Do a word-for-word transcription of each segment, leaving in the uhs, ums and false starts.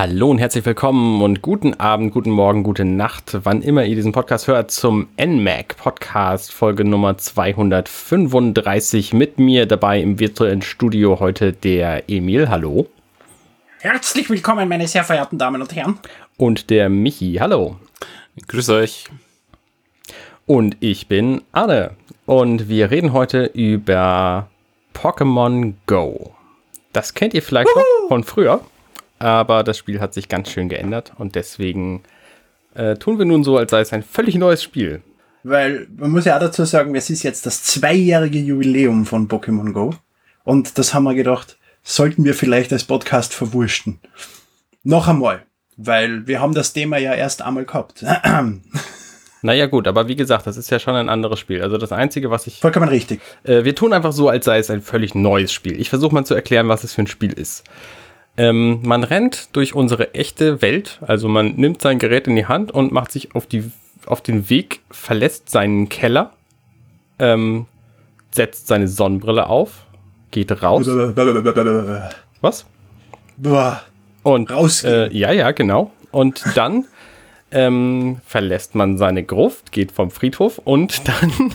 Hallo und herzlich willkommen und guten Abend, guten Morgen, gute Nacht, wann immer ihr diesen Podcast hört, zum N M A C Podcast, Folge Nummer zweihundertfünfunddreißig. Mit mir dabei im virtuellen Studio heute der Emil, hallo. Herzlich willkommen, meine sehr verehrten Damen und Herren. Und der Michi, hallo. Grüß euch. Und ich bin Arne. Und wir reden heute über Pokémon Go. Das kennt ihr vielleicht noch von früher. Aber das Spiel hat sich ganz schön geändert und deswegen äh, tun wir nun so, als sei es ein völlig neues Spiel. Weil, man muss ja auch dazu sagen, es ist jetzt das zweijährige Jubiläum von Pokémon Go und das haben wir gedacht, sollten wir vielleicht als Podcast verwurschten. Noch einmal, weil wir haben das Thema ja erst einmal gehabt. Naja gut, aber wie gesagt, das ist ja schon ein anderes Spiel. Also das Einzige, was ich... Vollkommen richtig. Äh, wir tun einfach so, als sei es ein völlig neues Spiel. Ich versuche mal zu erklären, was es für ein Spiel ist. Ähm, man rennt durch unsere echte Welt, also man nimmt sein Gerät in die Hand und macht sich auf, die, auf den Weg, verlässt seinen Keller, ähm, setzt seine Sonnenbrille auf, geht raus. Was? Und rausgehen. Äh, ja, ja, genau. Und dann ähm, verlässt man seine Gruft, geht vom Friedhof und dann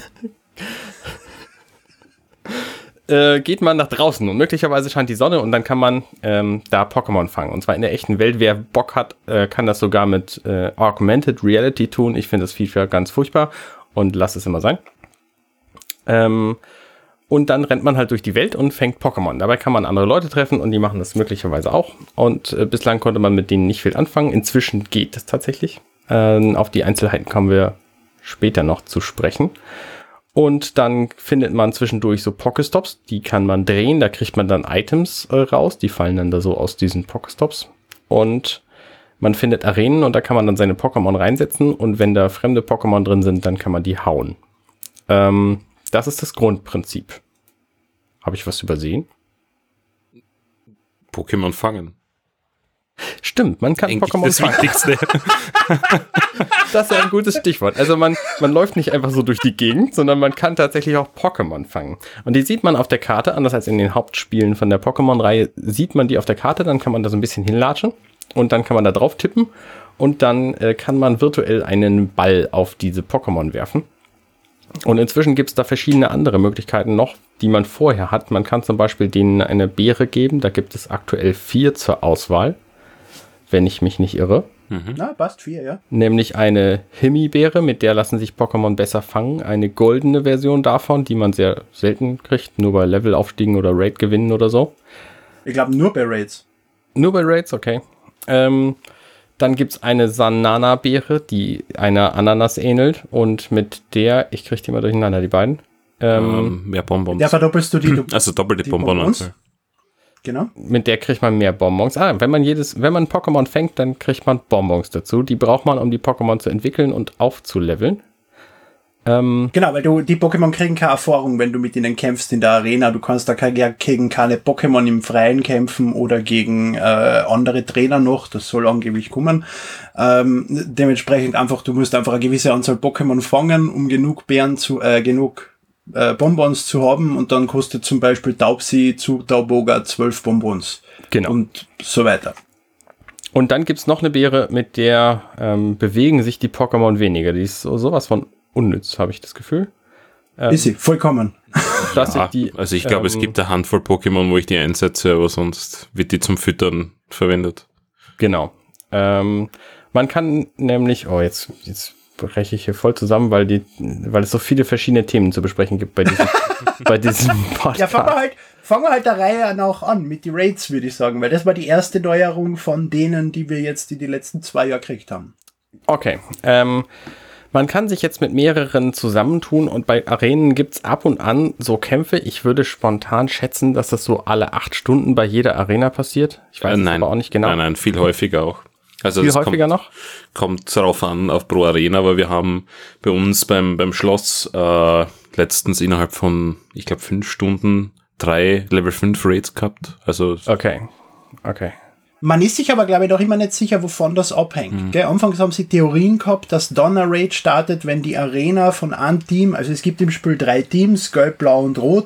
Äh, geht man nach draußen und möglicherweise scheint die Sonne und dann kann man ähm, da Pokémon fangen. Und zwar in der echten Welt. Wer Bock hat, äh, kann das sogar mit äh, Augmented Reality tun. Ich finde das Feature ganz furchtbar und lass es immer sein. Ähm, und dann rennt man halt durch die Welt und fängt Pokémon. Dabei kann man andere Leute treffen und die machen das möglicherweise auch. Und äh, bislang konnte man mit denen nicht viel anfangen. Inzwischen geht es tatsächlich. Ähm, auf die Einzelheiten kommen wir später noch zu sprechen. Und dann findet man zwischendurch so Pokéstops, die kann man drehen, da kriegt man dann Items äh, raus, die fallen dann da so aus diesen Pokéstops. Und man findet Arenen und da kann man dann seine Pokémon reinsetzen und wenn da fremde Pokémon drin sind, dann kann man die hauen. Ähm, das ist das Grundprinzip. Habe ich was übersehen? Pokémon fangen. Stimmt, man kann Eigentlich Pokémon das fangen. Wichtigste. Das ist ein gutes Stichwort. Also man, man läuft nicht einfach so durch die Gegend, sondern man kann tatsächlich auch Pokémon fangen. Und die sieht man auf der Karte, anders als in den Hauptspielen von der Pokémon-Reihe, sieht man die auf der Karte, dann kann man da so ein bisschen hinlatschen und dann kann man da drauf tippen und dann äh, kann man virtuell einen Ball auf diese Pokémon werfen. Und inzwischen gibt es da verschiedene andere Möglichkeiten noch, die man vorher hat. Man kann zum Beispiel denen eine Beere geben, da gibt es aktuell vier zur Auswahl, wenn ich mich nicht irre. Mhm. Na, passt, vier, ja. Nämlich eine Himbeere, mit der lassen sich Pokémon besser fangen. Eine goldene Version davon, die man sehr selten kriegt, nur bei Levelaufstiegen oder Raid-Gewinnen oder so. Ich glaube nur bei Raids. Nur bei Raids, okay. Ähm, dann gibt es eine Sanana-Beere, die einer Ananas ähnelt und mit der, ich kriege die mal durcheinander, die beiden. Ähm, ähm, mehr Bonbons. Ja, verdoppelst du die. Du, also doppelte die Bonbonanzahl. Genau. Mit der kriegt man mehr Bonbons. Ah, wenn man jedes, wenn man Pokémon fängt, dann kriegt man Bonbons dazu. Die braucht man, um die Pokémon zu entwickeln und aufzuleveln. Ähm, genau, weil du, die Pokémon kriegen keine Erfahrung, wenn du mit ihnen kämpfst in der Arena. Du kannst da keine, gegen keine Pokémon im Freien kämpfen oder gegen äh, andere Trainer noch. Das soll angeblich kommen. Ähm, dementsprechend einfach, du musst einfach eine gewisse Anzahl Pokémon fangen, um genug Bären zu, äh, genug Äh, Bonbons zu haben und dann kostet zum Beispiel Taubsi zu Tauboga zwölf Bonbons. Genau. Und so weiter. Und dann gibt's noch eine Beere, mit der ähm, bewegen sich die Pokémon weniger. Die ist so, sowas von unnütz, habe ich das Gefühl. Ähm, ist sie, vollkommen. Dass Ja, ich die, also ich glaube, ähm, es gibt eine Handvoll Pokémon, wo ich die einsetze, aber sonst wird die zum Füttern verwendet. Genau. Ähm, man kann nämlich, oh jetzt, jetzt breche ich hier voll zusammen, weil die, weil es so viele verschiedene Themen zu besprechen gibt bei diesem, bei diesem Podcast. Ja, fangen wir halt, fangen wir halt der Reihe nach an mit die Raids, würde ich sagen, weil das war die erste Neuerung von denen, die wir jetzt in die letzten zwei Jahre gekriegt haben. Okay, ähm, man kann sich jetzt mit mehreren zusammentun und bei Arenen gibt's ab und an so Kämpfe. Ich würde spontan schätzen, dass das so alle acht Stunden bei jeder Arena passiert. Ich weiß Äh, es nein, aber auch nicht genau. Nein, nein, viel häufiger auch. Also Viel das häufiger kommt, noch? Kommt darauf an, auf pro Arena, aber wir haben bei uns beim, beim Schloss äh, letztens innerhalb von, ich glaube, fünf Stunden drei Level fünf Raids gehabt. Also Okay, okay. Man ist sich aber, glaube ich, noch immer nicht sicher, wovon das abhängt. Mhm. Gell? Anfangs haben sie Theorien gehabt, dass Donner Raid startet, wenn die Arena von einem Team, also es gibt im Spiel drei Teams, Gelb, Blau und Rot,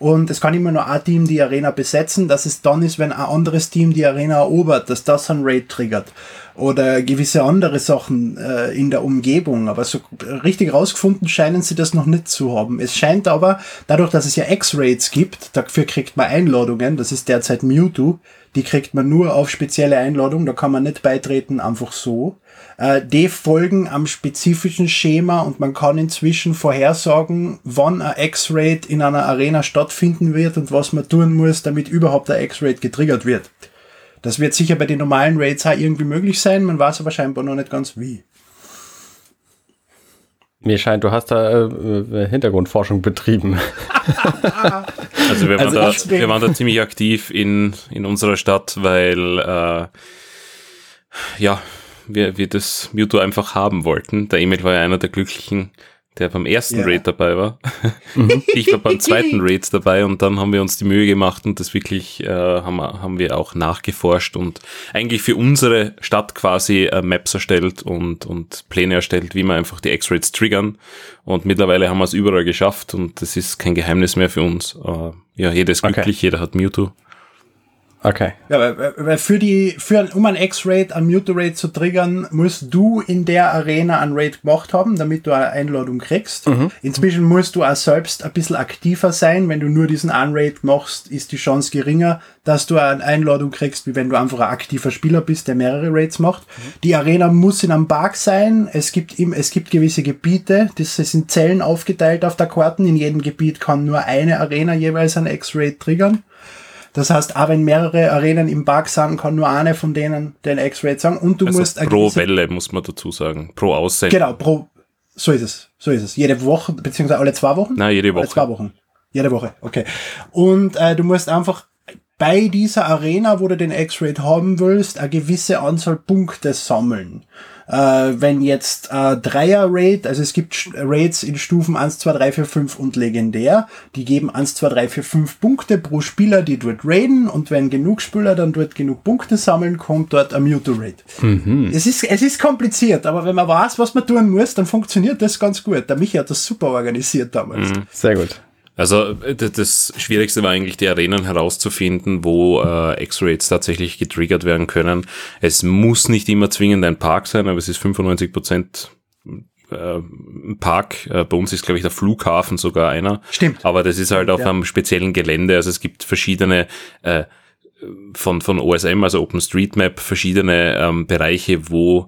und es kann immer nur ein Team die Arena besetzen, dass es dann ist, wenn ein anderes Team die Arena erobert, dass das einen Raid triggert. Oder gewisse andere Sachen äh, in der Umgebung. Aber so richtig rausgefunden scheinen sie das noch nicht zu haben. Es scheint aber, dadurch, dass es ja X-Raids gibt, dafür kriegt man Einladungen, das ist derzeit Mewtwo, die kriegt man nur auf spezielle Einladung, da kann man nicht beitreten, einfach so. Äh, die folgen am spezifischen Schema und man kann inzwischen vorhersagen, wann ein X-Raid in einer Arena stattfinden wird und was man tun muss, damit überhaupt ein X-Raid getriggert wird. Das wird sicher bei den normalen Raids auch irgendwie möglich sein, man weiß aber scheinbar noch nicht ganz wie. Mir scheint, du hast da äh, Hintergrundforschung betrieben. Also wir waren, Also da, wir waren da ziemlich aktiv in, in unserer Stadt, weil äh, ja, wir, wir das Mewtwo einfach haben wollten. Der Emil war ja einer der Glücklichen, der beim ersten yeah. Raid dabei war. Mhm. Ich war beim zweiten Raid dabei und dann haben wir uns die Mühe gemacht und das wirklich äh, haben, haben wir auch nachgeforscht und eigentlich für unsere Stadt quasi äh, Maps erstellt und, und Pläne erstellt, wie wir einfach die X-Raids triggern. Und mittlerweile haben wir es überall geschafft und das ist kein Geheimnis mehr für uns. Äh, ja, jeder ist glücklich, okay. Jeder hat Mewtwo. Okay. Ja, weil, weil für die, für, um ein X-Raid, ein Mewtwo-Raid zu triggern, musst du in der Arena ein Raid gemacht haben, damit du eine Einladung kriegst. Mhm. Inzwischen musst du auch selbst ein bisschen aktiver sein. Wenn du nur diesen einen Raid machst, ist die Chance geringer, dass du eine Einladung kriegst, wie wenn du einfach ein aktiver Spieler bist, der mehrere Raids macht. Mhm. Die Arena muss in einem Park sein. Es gibt im, es gibt gewisse Gebiete, das sind Zellen aufgeteilt auf der Karte. In jedem Gebiet kann nur eine Arena jeweils ein X-Raid triggern. Das heißt, auch wenn mehrere Arenen im Park sind, kann nur eine von denen den X-Raid sagen. Und du also musst pro Welle, muss man dazu sagen. Pro Aussendung. Genau, pro, so ist es. So ist es. Jede Woche, beziehungsweise alle zwei Wochen? Nein, jede Woche. Alle zwei Wochen. Jede Woche, okay. Und äh, du musst einfach bei dieser Arena, wo du den X-Raid haben willst, eine gewisse Anzahl Punkte sammeln. Äh, wenn jetzt äh, Dreier-Raid, also es gibt Raids in Stufen eins, zwei, drei, vier, fünf und legendär, die geben eins, zwei, drei, vier, fünf Punkte pro Spieler, die dort raiden, und wenn genug Spieler dann dort genug Punkte sammeln, kommt dort ein Mewtwo-Raid. Mhm. Es ist, es ist kompliziert, aber wenn man weiß, was man tun muss, dann funktioniert das ganz gut. Der Michi hat das super organisiert damals. Mhm. Sehr gut. Also das Schwierigste war eigentlich, die Arenen herauszufinden, wo äh, X-Raids tatsächlich getriggert werden können. Es muss nicht immer zwingend ein Park sein, aber es ist fünfundneunzig Prozent äh, Park. Äh, bei uns ist, glaube ich, der Flughafen sogar einer. Stimmt. Aber das ist halt auf ja. einem speziellen Gelände. Also es gibt verschiedene äh, von von O S M, also OpenStreetMap, verschiedene ähm, Bereiche, wo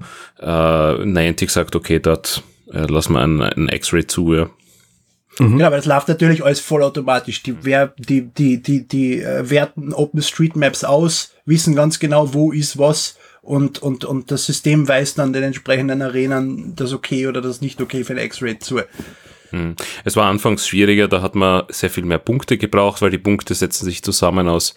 äh, Niantic sagt, okay, dort äh, lassen wir einen, einen X-Ray zu, ja. Mhm. Genau, aber das läuft natürlich alles vollautomatisch. Die, die, die, die, die äh, werten OpenStreetMaps aus, wissen ganz genau, wo ist was, und, und, und das System weist dann den entsprechenden Arenen das okay oder das nicht okay für den X-Ray zu. Es war anfangs schwieriger, da hat man sehr viel mehr Punkte gebraucht, weil die Punkte setzen sich zusammen aus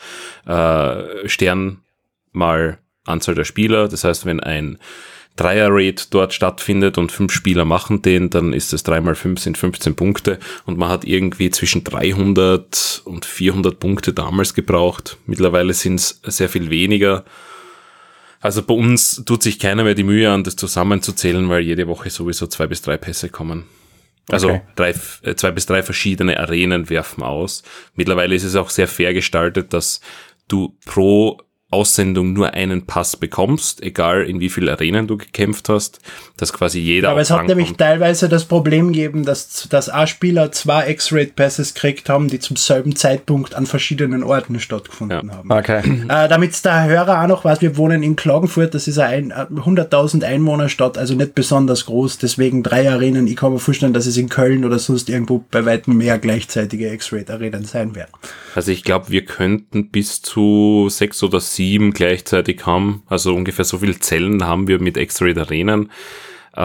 äh, Stern mal Anzahl der Spieler. Das heißt, wenn ein Dreier-Raid dort stattfindet und fünf Spieler machen den, dann ist es drei mal fünf sind fünfzehn Punkte und man hat irgendwie zwischen dreihundert und vierhundert Punkte damals gebraucht. Mittlerweile sind es sehr viel weniger. Also bei uns tut sich keiner mehr die Mühe an, das zusammenzuzählen, weil jede Woche sowieso zwei bis drei Pässe kommen. Also okay. drei, äh, zwei bis drei verschiedene Arenen werfen aus. Mittlerweile ist es auch sehr fair gestaltet, dass du pro Aussendung nur einen Pass bekommst, egal in wie vielen Arenen du gekämpft hast, dass quasi jeder. Aber es hat nämlich teilweise das Problem gegeben, dass, dass A-Spieler zwei X-Raid-Passes gekriegt haben, die zum selben Zeitpunkt an verschiedenen Orten stattgefunden ja. haben. Okay. Äh, damit der Hörer auch noch weiß, wir wohnen in Klagenfurt, das ist eine hunderttausend Einwohnerstadt, also nicht besonders groß, deswegen drei Arenen. Ich kann mir vorstellen, dass es in Köln oder sonst irgendwo bei weitem mehr gleichzeitige X-Raid-Arenen sein werden. Also ich glaube, wir könnten bis zu sechs oder sieben gleichzeitig haben. Also ungefähr so viele Zellen haben wir mit X-Raid-Arenen. Äh,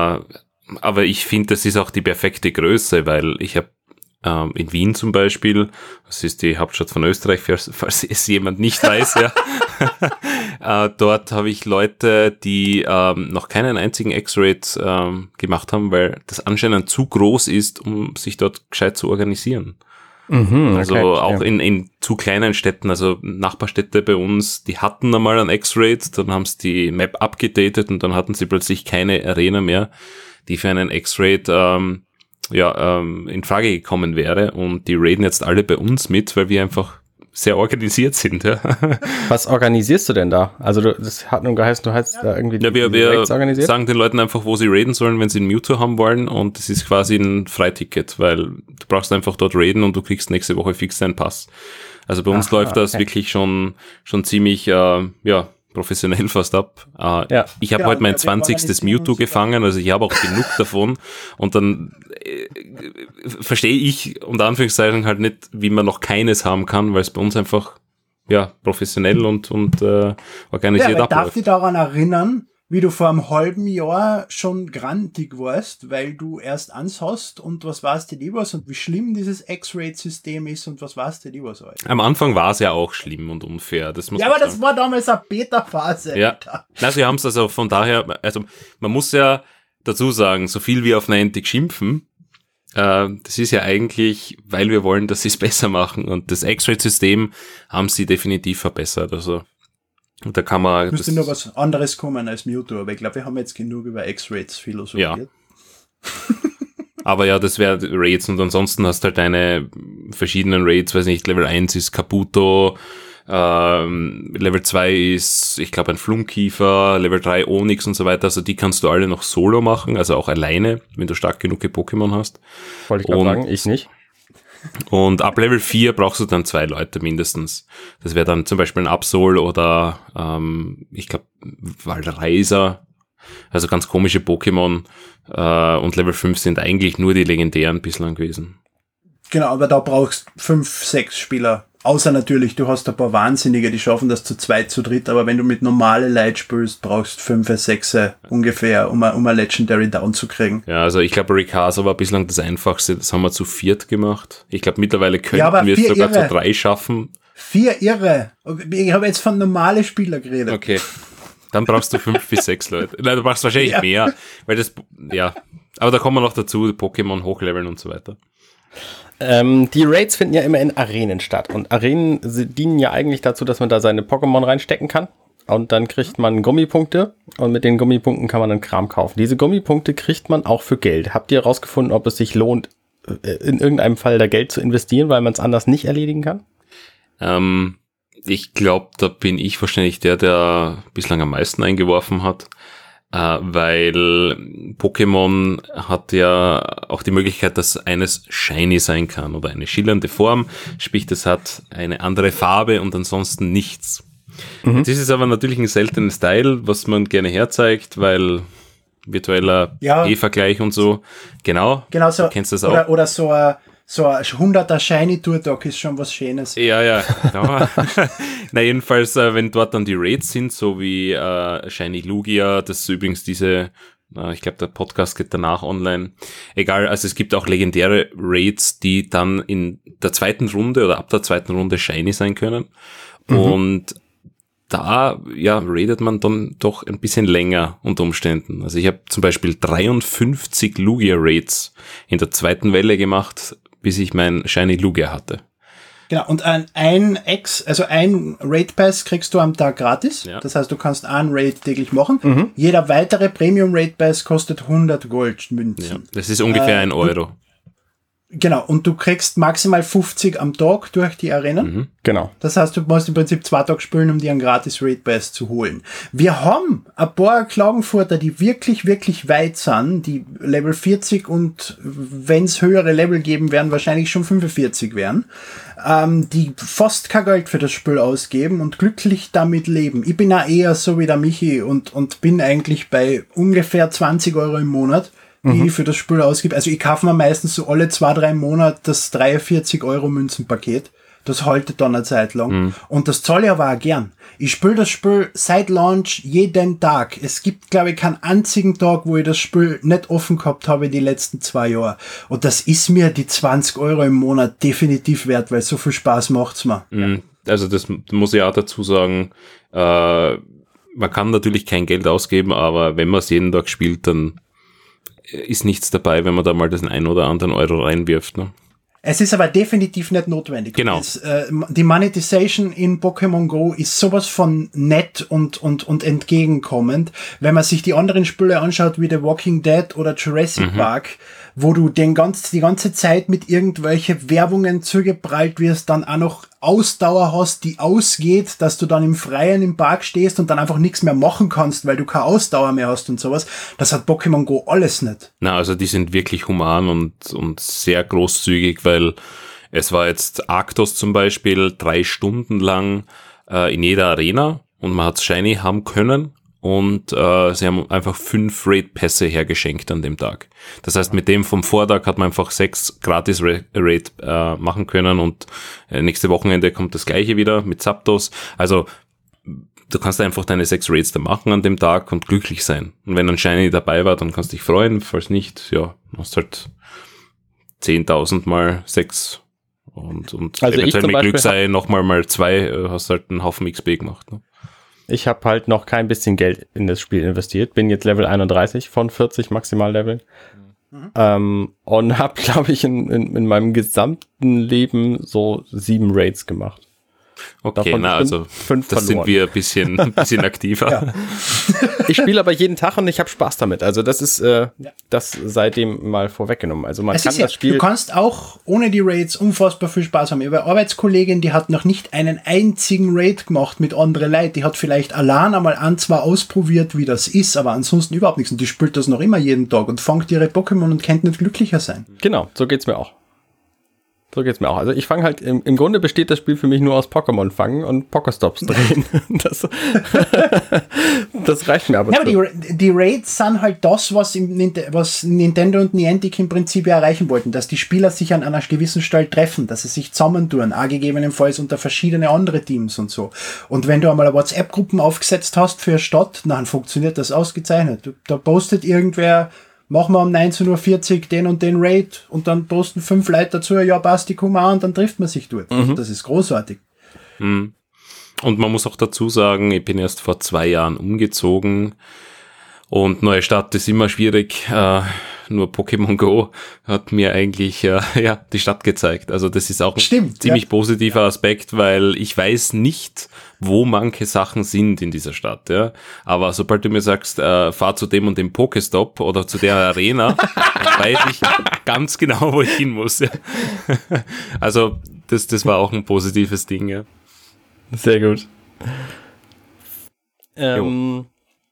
aber ich finde, das ist auch die perfekte Größe, weil ich habe ähm, in Wien zum Beispiel, das ist die Hauptstadt von Österreich, falls, falls es jemand nicht weiß, ja. äh, dort habe ich Leute, die ähm, noch keinen einzigen X-Raid ähm, gemacht haben, weil das anscheinend zu groß ist, um sich dort gescheit zu organisieren. Mhm, okay, also auch ja. in, in zu kleinen Städten, also Nachbarstädte bei uns, die hatten einmal einen X-Raid, dann haben sie die Map abgedatet und dann hatten sie plötzlich keine Arena mehr, die für einen X-Raid ähm, ja, ähm, in Frage gekommen wäre und die raiden jetzt alle bei uns mit, weil wir einfach sehr organisiert sind. Ja. Was organisierst du denn da? Also du, das hat nun geheißen, du hast da irgendwie ja, wir, die wir Raids organisiert? sagen den Leuten einfach, wo sie raiden sollen, wenn sie einen Mewtwo haben wollen und das ist quasi ein Freiticket, weil du brauchst einfach dort raiden und du kriegst nächste Woche fix deinen Pass. Also bei uns Aha, läuft das okay. wirklich schon schon ziemlich äh, ja professionell fast ab. Äh, ja. Ich habe genau, heute mein zwanzigstes Mewtwo gefangen, also ich habe auch genug davon und dann äh, verstehe ich unter Anführungszeichen halt nicht, wie man noch keines haben kann, weil es bei uns einfach ja professionell und und äh, organisiert ja, abläuft. Darf dich daran erinnern, wie du vor einem halben Jahr schon grantig warst, weil du erst eins hast und was weißt du die was und wie schlimm dieses X-Rate-System ist und was weißt du die was alles. Am Anfang war es ja auch schlimm und unfair. Das muss ja, aber sagen. Das war damals eine Beta-Phase. Ja, also wir haben es also von daher, also man muss ja dazu sagen, so viel wie auf Niantic schimpfen, äh, das ist ja eigentlich, weil wir wollen, dass sie es besser machen und das X-Rate-System haben sie definitiv verbessert, also und da kann man... Müsste nur was anderes kommen als Mewtwo, aber ich glaube, wir haben jetzt genug über X-Rates philosophiert. Ja. Aber ja, das wäre Raids und ansonsten hast du halt deine verschiedenen Raids, weiß nicht, Level eins ist Kabuto, ähm, Level zwei ist, ich glaube, ein Flunkiefer, Level drei Onyx und so weiter, also die kannst du alle noch solo machen, also auch alleine, wenn du stark genug Pokémon hast. Wollte ich gerade sagen, ich nicht. Und ab Level vier brauchst du dann zwei Leute mindestens. Das wäre dann zum Beispiel ein Absol oder ähm, ich glaube Waldreiser, also ganz komische Pokémon. Äh, und Level fünf sind eigentlich nur die legendären bislang gewesen. Genau, aber da brauchst fünf, sechs Spieler. Außer natürlich, du hast ein paar Wahnsinnige, die schaffen das zu zweit, zu dritt, aber wenn du mit normale Leute spielst, brauchst fünf, sechs ungefähr, um ein, um ein Legendary Down zu kriegen. Ja, also ich glaube, Ricasa war bislang das Einfachste, das haben wir zu viert gemacht. Ich glaube, mittlerweile könnten ja, wir es sogar irre. zu drei schaffen. Vier Irre. Ich habe jetzt von normalen Spielern geredet. Okay, dann brauchst du fünf bis sechs Leute. Nein, du brauchst wahrscheinlich ja. mehr, weil das, ja, aber da kommen wir noch dazu, Pokémon hochleveln und so weiter. Ähm, die Raids finden ja immer in Arenen statt und Arenen dienen ja eigentlich dazu, dass man da seine Pokémon reinstecken kann und dann kriegt man Gummipunkte und mit den Gummipunkten kann man dann Kram kaufen. Diese Gummipunkte kriegt man auch für Geld. Habt ihr herausgefunden, ob es sich lohnt, in irgendeinem Fall da Geld zu investieren, weil man es anders nicht erledigen kann? Ähm, ich glaube, da bin ich wahrscheinlich der, der bislang am meisten eingeworfen hat. Uh, weil Pokémon hat ja auch die Möglichkeit, dass eines shiny sein kann oder eine schillernde Form, sprich, das hat eine andere Farbe und ansonsten nichts. Mhm. Das ist aber natürlich ein seltenes Teil, was man gerne herzeigt, weil virtueller ja. E-Vergleich und so. Genau, genau so. Du kennst das auch. Oder, oder so ein So ein hunderter Shiny Turtok ist schon was Schönes. Ja, ja, genau. Na jedenfalls, äh, wenn dort dann die Raids sind, so wie äh, Shiny Lugia, das ist übrigens diese, äh, ich glaube der Podcast geht danach online. Egal, also es gibt auch legendäre Raids, die dann in der zweiten Runde oder ab der zweiten Runde Shiny sein können. Mhm. Und da, ja, raidet man dann doch ein bisschen länger unter Umständen. Also ich habe zum Beispiel dreiundfünfzig Lugia-Raids in der zweiten Welle gemacht, bis ich mein Shiny Lugia hatte. Genau, und ein, ein Ex, also ein Raid Pass kriegst du am Tag gratis. Ja. Das heißt, du kannst einen Raid täglich machen. Mhm. Jeder weitere Premium Raid Pass kostet hundert Goldmünzen. Ja, das ist ungefähr äh, ein Euro. Genau, und du kriegst maximal fünfzig am Tag durch die Arena. Mhm, genau. Das heißt, du musst im Prinzip zwei Tage spielen, um dir einen gratis Raid Pass zu holen. Wir haben ein paar Klagenfurter, die wirklich, wirklich weit sind, die Level vierzig und wenn es höhere Level geben werden, wahrscheinlich schon fünfundvierzig werden, ähm, die fast kein Geld für das Spiel ausgeben und glücklich damit leben. Ich bin auch eher so wie der Michi und, und bin eigentlich bei ungefähr zwanzig Euro im Monat, die ich für das Spiel ausgibt. Also ich kaufe mir meistens so alle zwei, drei Monate das dreiundvierzig Euro Münzenpaket. Das haltet dann eine Zeit lang. Mhm. Und das zahle ich aber auch gern. Ich spiele das Spiel seit Launch jeden Tag. Es gibt, glaube ich, keinen einzigen Tag, wo ich das Spiel nicht offen gehabt habe die letzten zwei Jahre. Und das ist mir die zwanzig Euro im Monat definitiv wert, weil so viel Spaß macht's mir. Mhm. Also das muss ich auch dazu sagen. Äh, man kann natürlich kein Geld ausgeben, aber wenn man es jeden Tag spielt, dann ist nichts dabei, wenn man da mal den einen oder anderen Euro reinwirft. Ne? Es ist aber definitiv nicht notwendig. Genau. Es, äh, die Monetization in Pokémon Go ist sowas von nett und, und, und entgegenkommend. Wenn man sich die anderen Spiele anschaut, wie The Walking Dead oder Jurassic mhm. Park, wo du den ganz, die ganze Zeit mit irgendwelche Werbungen zugeprallt wirst, dann auch noch Ausdauer hast, die ausgeht, dass du dann im Freien im Park stehst und dann einfach nichts mehr machen kannst, weil du keine Ausdauer mehr hast und sowas. Das hat Pokémon Go alles nicht. Na, also die sind wirklich human und, und sehr großzügig, weil es war jetzt Arctos zum Beispiel drei Stunden lang äh, in jeder Arena und man hat's shiny haben können. Und äh, sie haben einfach fünf Raid-Pässe hergeschenkt an dem Tag. Das heißt, mit dem vom Vortag hat man einfach sechs gratis Raid äh, machen können und äh, nächste Wochenende kommt das gleiche wieder mit Zapdos. Also du kannst einfach deine sechs Raids da machen an dem Tag und glücklich sein. Und wenn ein Shiny dabei war, dann kannst du dich freuen. Falls nicht, ja, hast halt zehntausend mal sechs und, und also eventuell mit Glück sei nochmal mal zwei, äh, hast halt einen Haufen X P gemacht. Ne? Ich habe halt noch kein bisschen Geld in das Spiel investiert. Bin jetzt Level einunddreißig von vierzig Maximallevel. Mhm. Ähm, und habe, glaube ich, in, in, in meinem gesamten Leben so sieben Raids gemacht. Okay, davon na also fünf das verloren. Sind wir ein bisschen, ein bisschen aktiver. Ja. Ich spiele aber jeden Tag und ich habe Spaß damit. Also das ist äh, ja. das seitdem mal vorweggenommen. Also man es kann das ja, Spiel... Du kannst auch ohne die Raids unfassbar viel Spaß haben. Ich habe eine Arbeitskollegin, die hat noch nicht einen einzigen Raid gemacht mit anderen Leuten. Die hat vielleicht allein einmal an zwar ausprobiert, wie das ist, aber ansonsten überhaupt nichts. Und die spielt das noch immer jeden Tag und fängt ihre Pokémon und kann nicht glücklicher sein. Genau, so geht's mir auch. So geht's mir auch. Also ich fange halt, im, im Grunde besteht das Spiel für mich nur aus Pokémon fangen und Pokéstops drehen. das, das reicht mir aber. Ja, aber die, die Raids sind halt das, was, im, was Nintendo und Niantic im Prinzip erreichen wollten, dass die Spieler sich an einer gewissen Stelle treffen, dass sie sich zusammentun, auch gegebenenfalls unter verschiedene andere Teams und so. Und wenn du einmal WhatsApp-Gruppen aufgesetzt hast für eine Stadt, dann funktioniert das ausgezeichnet. Da postet irgendwer, machen wir um neunzehn Uhr vierzig den und den Raid und dann posten fünf Leute dazu, ja passt, die kommen an und dann trifft man sich dort. Mhm. Das ist großartig. Mhm. Und man muss auch dazu sagen, ich bin erst vor zwei Jahren umgezogen und neue Stadt ist immer schwierig. Äh, nur Pokémon Go hat mir eigentlich äh, ja die Stadt gezeigt. Also das ist auch ein Stimmt, ziemlich ja. positiver Aspekt, weil ich weiß nicht, wo manche Sachen sind in dieser Stadt. Ja, aber sobald du mir sagst, äh, fahr zu dem und dem Pokestop oder zu der Arena, dann weiß ich ganz genau, wo ich hin muss. Ja. Also das das war auch ein positives Ding. Ja. Sehr gut. Ähm,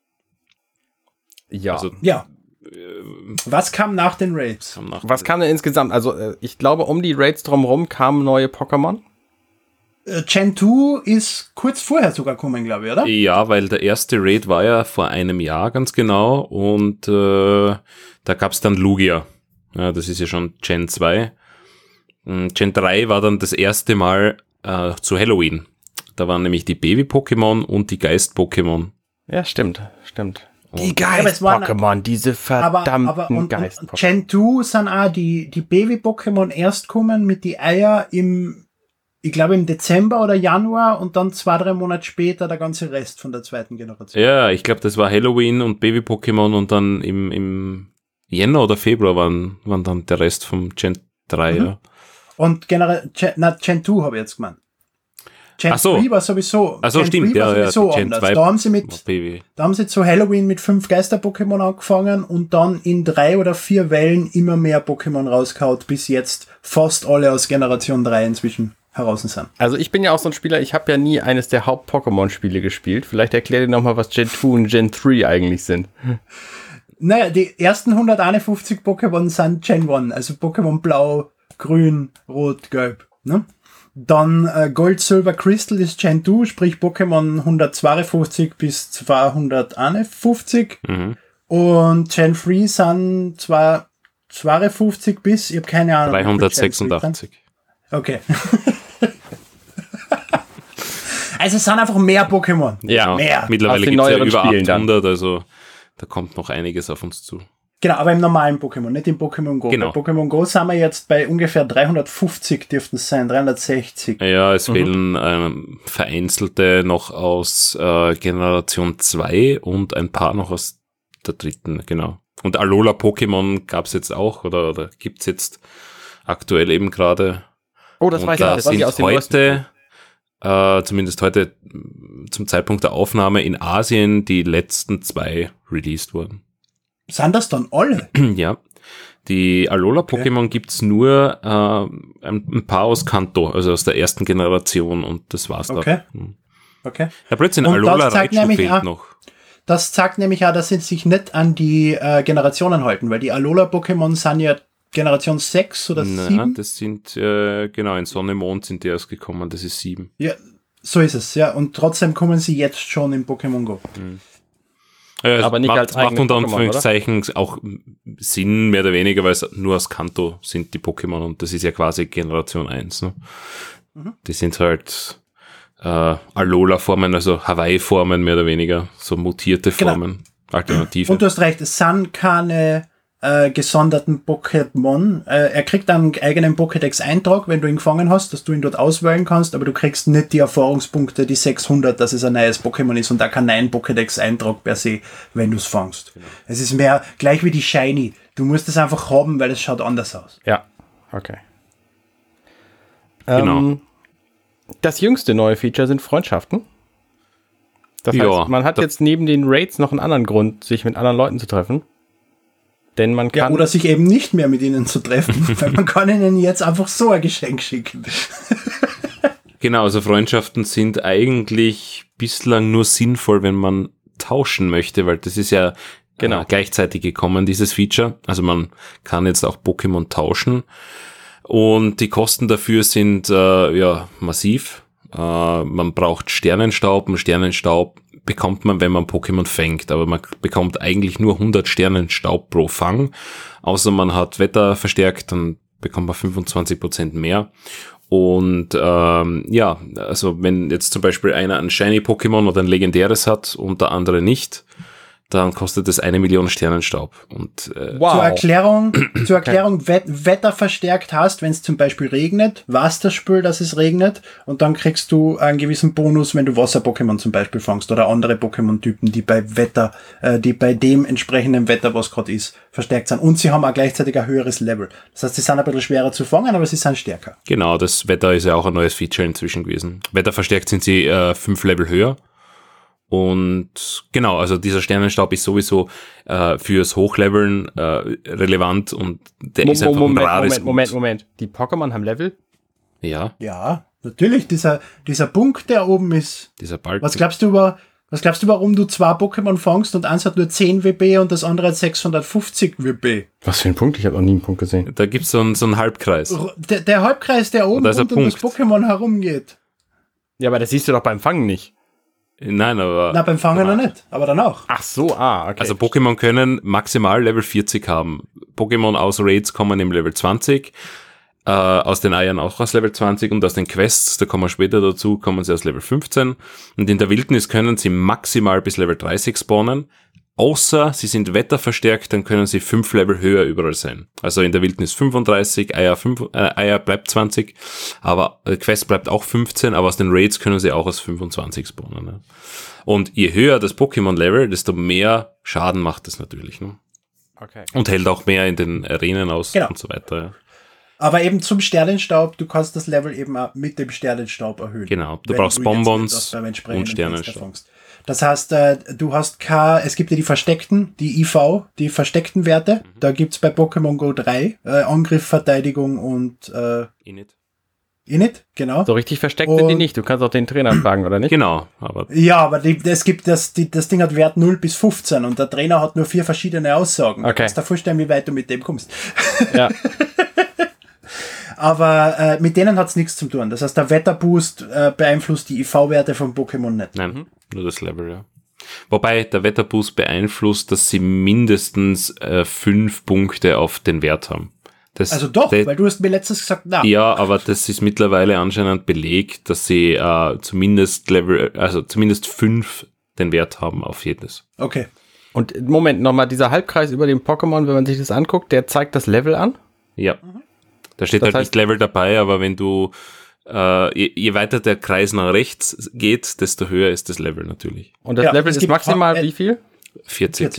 ja. Also, ja. Was kam nach den Raids? Kam nach Was kam denn insgesamt? Also ich glaube, um die Raids drumherum kamen neue Pokémon. Gen zwei ist kurz vorher sogar gekommen, glaube ich, oder? Ja, weil der erste Raid war ja vor einem Jahr ganz genau und äh, da gab's dann Lugia. Ja, das ist ja schon Gen zwei. Gen drei war dann das erste Mal äh, zu Halloween. Da waren nämlich die Baby-Pokémon und die Geist-Pokémon. Ja, stimmt, stimmt. Die Geist-Pokémon, diese verdammten aber, aber, Geist-Pokémon. Gen zwei sind auch die, die Baby-Pokémon erst kommen mit die Eier im, ich glaube im Dezember oder Januar und dann zwei, drei Monate später der ganze Rest von der zweiten Generation. Ja, ich glaube, das war Halloween und Baby-Pokémon und dann im, im Jänner oder Februar waren, waren dann der Rest vom Gen drei, mhm. ja. Und generell, na, Gen zwei habe ich jetzt gemeint. Gen Ach so. drei war sowieso, Ach so, Gen stimmt, drei war ja, sowieso ja, anders. Gen zwei da haben sie mit, Baby. da haben sie zu Halloween mit fünf Geister-Pokémon angefangen und dann in drei oder vier Wellen immer mehr Pokémon rausgehauen, bis jetzt fast alle aus Generation drei inzwischen heraus sind. Also ich bin ja auch so ein Spieler, ich habe ja nie eines der Haupt-Pokémon-Spiele gespielt. Vielleicht erklär dir nochmal, was Gen zwei und Gen drei eigentlich sind. Naja, die ersten hunderteinundfünfzig Pokémon sind Gen eins, also Pokémon Blau, Grün, Rot, Gelb, ne? Dann äh, Gold, Silber, Crystal ist Gen zwei, sprich Pokémon hundertzweiundfünfzig bis zweihunderteinundfünfzig. Mhm. Und Gen drei sind zwar zweiundfünfzig bis, ich habe keine Ahnung. dreihundertsechsundachtzig. Okay. Also es sind einfach mehr Pokémon. Ja, mehr. Mittlerweile gibt es ja über achthundert, also da kommt noch einiges auf uns zu. Genau, aber im normalen Pokémon, nicht im Pokémon Go. Genau. Bei Pokémon Go sind wir jetzt bei ungefähr dreihundertfünfzig dürften es sein, dreihundertsechzig. Ja, es mhm. fehlen ähm, vereinzelte noch aus äh, Generation zwei und ein paar noch aus der dritten, genau. Und Alola Pokémon gab es jetzt auch oder, oder gibt es jetzt, aktuell eben gerade. Oh, das Und weiß ich da nicht. Das weiß ich sind aus dem neuesten. heute, äh, zumindest heute zum Zeitpunkt der Aufnahme in Asien, die letzten zwei released worden. Sind das dann alle? Ja. Die Alola-Pokémon okay. gibt's nur äh, ein, ein paar aus Kanto, also aus der ersten Generation und das war's okay. da. Hm. Okay. Ja, plötzlich Und Alola das zeigt Raichu nämlich fehlt auch- noch. Das zeigt nämlich auch, dass sie sich nicht an die äh, Generationen halten, weil die Alola-Pokémon sind ja Generation sechs oder Na, sieben. das sind, äh, genau, in Sonne, Mond sind die erst gekommen, das ist sieben. Ja, so ist es, ja. Und trotzdem kommen sie jetzt schon in Pokémon Go. Ja, Aber nicht macht, als macht eigene unter Pokémon, Anführungszeichen auch Sinn, mehr oder weniger, weil es nur aus Kanto sind, die Pokémon, und das ist ja quasi Generation eins. Ne? Mhm. Die sind halt äh, Alola-Formen, also Hawaii-Formen mehr oder weniger, so mutierte Genau. Formen, Alternative. Und du hast recht, es sind keine äh, gesonderten Pokémon. Äh, er kriegt einen eigenen Pokédex-Eintrag, wenn du ihn gefangen hast, dass du ihn dort auswählen kannst, aber du kriegst nicht die Erfahrungspunkte, die sechshundert, dass es ein neues Pokémon ist, und da kein neuen Pokédex-Eintrag per se, wenn du es fangst. Genau. Es ist mehr gleich wie die Shiny. Du musst es einfach haben, weil es schaut anders aus. Ja, okay. Genau. Ähm, das jüngste neue Feature sind Freundschaften. Das Ja, heißt, man hat da- jetzt neben den Raids noch einen anderen Grund, sich mit anderen Leuten zu treffen. Denn man Ja, kann... oder sich eben nicht mehr mit ihnen zu treffen, weil man kann ihnen jetzt einfach so ein Geschenk schicken. Genau, also Freundschaften sind eigentlich bislang nur sinnvoll, wenn man tauschen möchte, weil das ist ja Genau. äh, gleichzeitig gekommen, dieses Feature. Also man kann jetzt auch Pokémon tauschen und die Kosten dafür sind äh, ja massiv. Äh, man braucht Sternenstaub, und Sternenstaub bekommt man, wenn man Pokémon fängt, aber man bekommt eigentlich nur hundert Sternenstaub pro Fang, außer man hat Wetter verstärkt, dann bekommt man fünfundzwanzig Prozent mehr. Und ähm, ja, also wenn jetzt zum Beispiel einer ein Shiny-Pokémon oder ein legendäres hat und der andere nicht, dann kostet es eine Million Sternenstaub. Und äh, wow. Zur Erklärung, zur Erklärung, Wet Wetter verstärkt hast, wenn es zum Beispiel regnet, weiß das Spiel, dass es regnet, und dann kriegst du einen gewissen Bonus, wenn du Wasser-Pokémon zum Beispiel fangst oder andere Pokémon-Typen, die bei Wetter, äh, die bei dem entsprechenden Wetter, was gerade ist, verstärkt sind. Und sie haben auch gleichzeitig ein höheres Level. Das heißt, sie sind ein bisschen schwerer zu fangen, aber sie sind stärker. genau, das Wetter ist ja auch ein neues Feature inzwischen gewesen. Wetter verstärkt sind sie äh, fünf Level höher. Und genau, also dieser Sternenstaub ist sowieso äh, fürs Hochleveln äh, relevant, und der Mo- ist einfach Moment, ein rares Moment, Moment, Gut. Moment. Die Pokémon haben Level? Ja, Ja, natürlich, dieser, dieser Punkt, der oben ist. dieser Balken. Was glaubst du über, was glaubst du, warum du zwei Pokémon fangst und eins hat nur zehn W P und das andere hat sechshundertfünfzig W P? Was für ein Punkt? Ich habe noch nie einen Punkt gesehen. Da gibt's so einen, so einen Halbkreis. Der, der Halbkreis, der oben da ist ein rund um das Punkt. Pokémon herumgeht. Ja, aber das siehst du doch beim Fangen nicht. Nein, aber... Na, beim Fangen noch nicht, aber danach. Ach so, ah, okay. Also Pokémon können maximal Level vierzig haben. Pokémon aus Raids kommen im Level zwanzig, äh, aus den Eiern auch aus Level zwanzig, und aus den Quests, da kommen wir später dazu, kommen sie aus Level fünfzehn. Und in der Wildnis können sie maximal bis Level dreißig spawnen, außer sie sind wetterverstärkt, dann können sie fünf Level höher überall sein. Also in der Wildnis fünfunddreißig, Eier, fünf, äh, Eier bleibt zwanzig, aber äh, Quest bleibt auch fünfzehn, aber aus den Raids können sie auch aus fünfundzwanzig spawnen. Ne? Und je höher das Pokémon-Level, desto mehr Schaden macht es natürlich. Ne? okay. Und hält auch mehr in den Arenen aus Genau. und so weiter. Ja. Aber eben zum Sternenstaub, du kannst das Level eben auch mit dem Sternenstaub erhöhen. Genau, du Wenn brauchst jetzt Bonbons etwas beim entsprechenden und Sternenstaub. Fenster fängst. Das heißt, äh, du hast kein, es gibt ja die versteckten, die I V, die versteckten Werte. Mhm. Da gibt's bei Pokémon Go drei, äh, Angriff, Verteidigung und äh, Init. Init, genau. So richtig versteckt sind die Und- nicht. Du kannst auch den Trainer fragen, oder nicht? Genau, aber Ja, aber die, es gibt das, die, das Ding hat Wert null bis fünfzehn und der Trainer hat nur vier verschiedene Aussagen. Du Okay. kannst dir vorstellen, wie weit du mit dem kommst. Ja. Aber äh, mit denen hat's nichts zu tun. Das heißt, der Wetterboost äh, beeinflusst die I V-Werte vom Pokémon nicht. nein, Mhm. nur das Level, ja. Wobei der Wetterboost beeinflusst, dass sie mindestens äh, fünf Punkte auf den Wert haben. Das, Also doch, das, weil du hast mir letztens gesagt, na, ja, aber das ist mittlerweile anscheinend belegt, dass sie äh, zumindest Level, also zumindest fünf den Wert haben auf jedes. okay. Und Moment, nochmal, dieser Halbkreis über dem Pokémon, wenn man sich das anguckt, der zeigt das Level an? Ja. Da steht Das halt heißt- nicht Level dabei, aber wenn du, äh, je, je weiter der Kreis nach rechts geht, desto höher ist das Level natürlich. Und das Ja, Level es ist gibt- maximal äh, wie viel? vierzig. vierzig.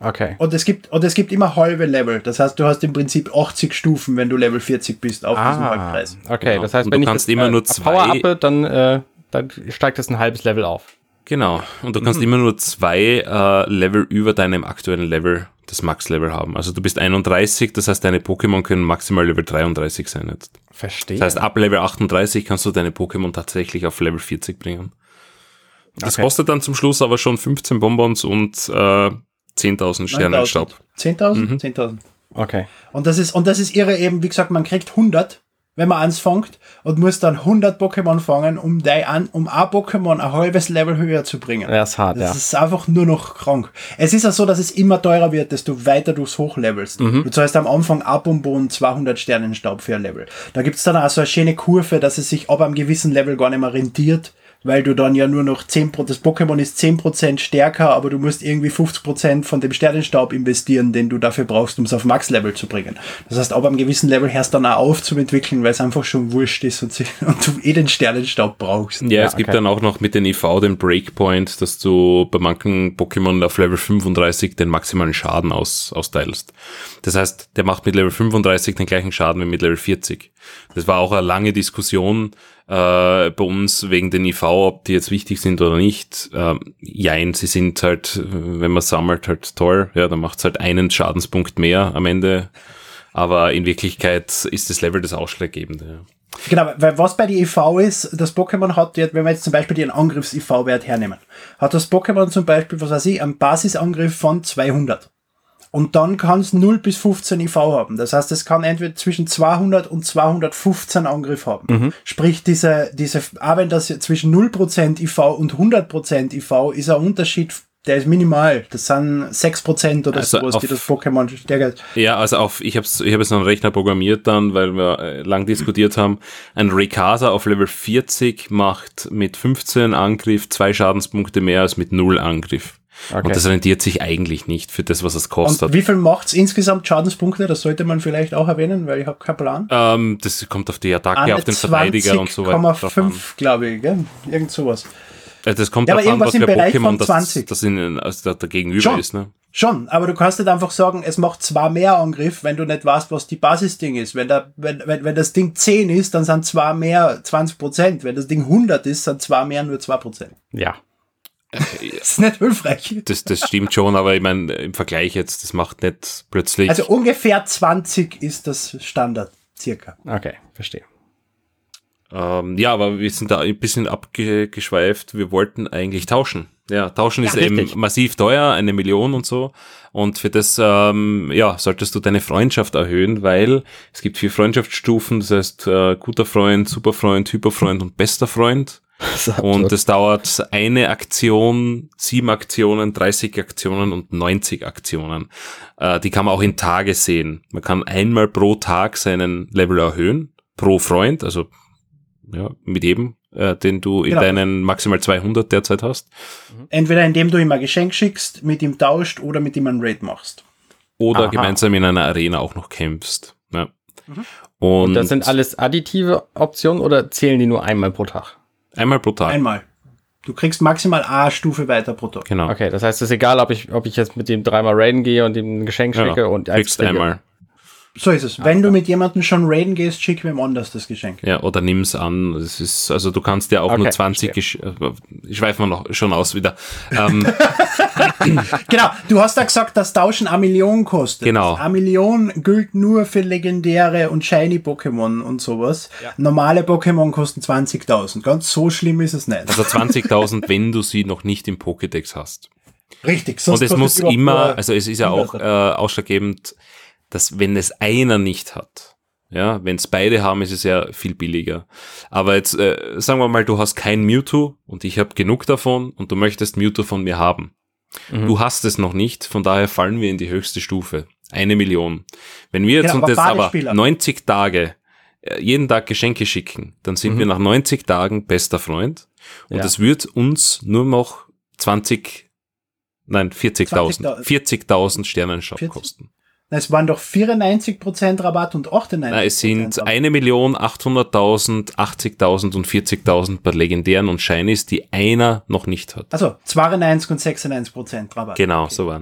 Okay. Und es gibt, und es gibt immer halbe Level. Das heißt, du hast im Prinzip achtzig Stufen, wenn du Level vierzig bist auf ah, diesem Halbkreis. Okay, genau. das heißt, und wenn du ich kannst das, immer äh, nur zwei Power-uppe, dann, äh, dann steigt das ein halbes Level auf. Genau. Und du kannst mhm. immer nur zwei äh, Level über deinem aktuellen Level, das Max-Level haben. Also du bist einunddreißig, das heißt, deine Pokémon können maximal Level dreiunddreißig sein jetzt. Verstehe. Das heißt, ab Level achtunddreißig kannst du deine Pokémon tatsächlich auf Level vierzig bringen. Das okay. kostet dann zum Schluss aber schon fünfzehn Bonbons und äh, zehntausend Sternenstaub. zehntausend? Mhm. zehntausend. Okay. Und das ist, und das ist irre eben, wie gesagt, man kriegt hundert, wenn man eins fängt und muss dann hundert Pokémon fangen, um die an, um ein Pokémon ein halbes Level höher zu bringen. Das ist hart, das ja. Das ist einfach nur noch krank. Es ist ja so, dass es immer teurer wird, desto weiter du es hochlevelst. Mhm. Du zahlst am Anfang ab und Boden zweihundert Sternenstaub für ein Level. Da gibt's dann auch so eine schöne Kurve, dass es sich ab einem gewissen Level gar nicht mehr rentiert, weil du dann ja nur noch zehn Prozent, das Pokémon ist zehn Prozent stärker, aber du musst irgendwie fünfzig Prozent von dem Sternenstaub investieren, den du dafür brauchst, um es auf Max-Level zu bringen. Das heißt, ab einem gewissen Level hörst du dann auch auf zum Entwickeln, weil es einfach schon wurscht ist und, und du eh den Sternenstaub brauchst. Ja, ja es okay. gibt dann auch noch mit den I V den Breakpoint, dass du bei manchen Pokémon auf Level fünfunddreißig den maximalen Schaden aus, austeilst. Das heißt, der macht mit Level fünfunddreißig den gleichen Schaden wie mit Level vierzig. Das war auch eine lange Diskussion äh, bei uns wegen den I V, ob die jetzt wichtig sind oder nicht. Ähm, jein, sie sind halt, wenn man sammelt, halt toll. Ja, dann macht es halt einen Schadenspunkt mehr am Ende. Aber in Wirklichkeit ist das Level das Ausschlaggebende. Ja. Genau, weil was bei der I V ist, das Pokémon hat, wenn wir jetzt zum Beispiel den Angriffs-I V-Wert hernehmen, hat das Pokémon zum Beispiel, was weiß ich, einen Basisangriff von zweihundert. Und dann kann es null bis fünfzehn I V haben. Das heißt, es kann entweder zwischen zweihundert und zweihundertfünfzehn Angriff haben. Mhm. Sprich, diese, diese, auch wenn das zwischen null Prozent I V und hundert Prozent I V ist ein Unterschied, der ist minimal. Das sind sechs Prozent oder also sowas, die das Pokémon stärker. Ja, also auf, ich habe ich hab jetzt noch einen Rechner programmiert dann, weil wir äh, lang diskutiert haben. Ein Rayquaza auf Level vierzig macht mit fünfzehn Angriff zwei Schadenspunkte mehr als mit null Angriff. Okay. Und das rentiert sich eigentlich nicht für das, was es kostet. Und wie viel macht's insgesamt Schadenspunkte? Das sollte man vielleicht auch erwähnen, weil ich habe keinen Plan. Ähm, das kommt auf die Attacke, Eine auf den Verteidiger und so weiter. zwanzig Komma fünf, glaube ich, gell? Irgend sowas. Das kommt ja, darauf an, was für Pokémon das, das in, also da gegenüber schon, ist. Ne? Schon, aber du kannst nicht einfach sagen, es macht zwar mehr Angriff, wenn du nicht weißt, was die Basisding ist. Wenn, da, wenn, wenn, wenn das Ding zehn ist, dann sind zwar mehr zwanzig Prozent. Wenn das Ding hundert ist, sind zwar mehr nur zwei Prozent. Ja. Das ist nicht hilfreich. Das, das stimmt schon, aber ich meine, im Vergleich jetzt, das macht nicht plötzlich... Also ungefähr zwanzig ist das Standard, circa. Okay, verstehe. Ähm, ja, aber wir sind da ein bisschen abgeschweift. Wir wollten eigentlich tauschen. Ja, tauschen ja, ist richtig. Eben massiv teuer, eine Million und so. Und für das, ähm, ja, solltest du deine Freundschaft erhöhen, weil es gibt vier Freundschaftsstufen. Das heißt, äh, guter Freund, Superfreund, Hyperfreund und bester Freund. Und es dauert eine Aktion, sieben Aktionen, dreißig Aktionen und neunzig Aktionen. Äh, die kann man auch in Tage sehen. Man kann einmal pro Tag seinen Level erhöhen, pro Freund, also ja, mit jedem, äh, den du in genau. deinen maximal zweihundert derzeit hast. Entweder indem du ihm ein Geschenk schickst, mit ihm tauscht oder mit ihm einen Raid machst. Oder Aha. gemeinsam in einer Arena auch noch kämpfst. Ja. Mhm. Und, und das sind alles additive Optionen oder zählen die nur einmal pro Tag? Einmal pro Tag. Einmal. Du kriegst maximal eine Stufe weiter pro Tag. Genau. Okay, das heißt, es ist egal, ob ich, ob ich jetzt mit dem dreimal raiden gehe und ihm ein Geschenk schicke genau. und kriegst einmal. So ist es. Wenn du mit jemandem schon raiden gehst, schick wem anders das Geschenk. Ja, oder nimm's an. Das ist, also du kannst ja auch okay, nur zwanzig Geschenke. Ich schweife mal noch schon aus wieder. Ähm, genau, du hast ja gesagt, dass Tauschen eine Million kostet. Genau. Eine Million gilt nur für legendäre und shiny Pokémon und sowas. Ja. Normale Pokémon kosten zwanzigtausend. Ganz so schlimm ist es nicht. Also zwanzigtausend, wenn du sie noch nicht im Pokédex hast. Richtig. Sonst und es muss immer, also es ist ja auch äh, ausschlaggebend, dass wenn es einer nicht hat, ja, wenn es beide haben, ist es ja viel billiger. Aber jetzt, äh, sagen wir mal, du hast kein Mewtwo und ich habe genug davon und du möchtest Mewtwo von mir haben. Mhm. Du hast es noch nicht, von daher fallen wir in die höchste Stufe. Eine Million. Wenn wir jetzt genau, uns jetzt aber neunzig Tage, äh, jeden Tag Geschenke schicken, dann sind mhm. wir nach neunzig Tagen bester Freund und es ja. wird uns nur noch zwanzig, nein, vierzigtausend, vierzigtausend Sternenstaub kosten. Es waren doch vierundneunzig Prozent Rabatt und achtundneunzig Prozent. Nein, es sind eine Million achthunderttausend, achtzigtausend und vierzigtausend bei legendären und Shinies, die einer noch nicht hat. Also zweiundneunzig und sechsundneunzig Prozent Rabatt. Genau, okay. so waren's.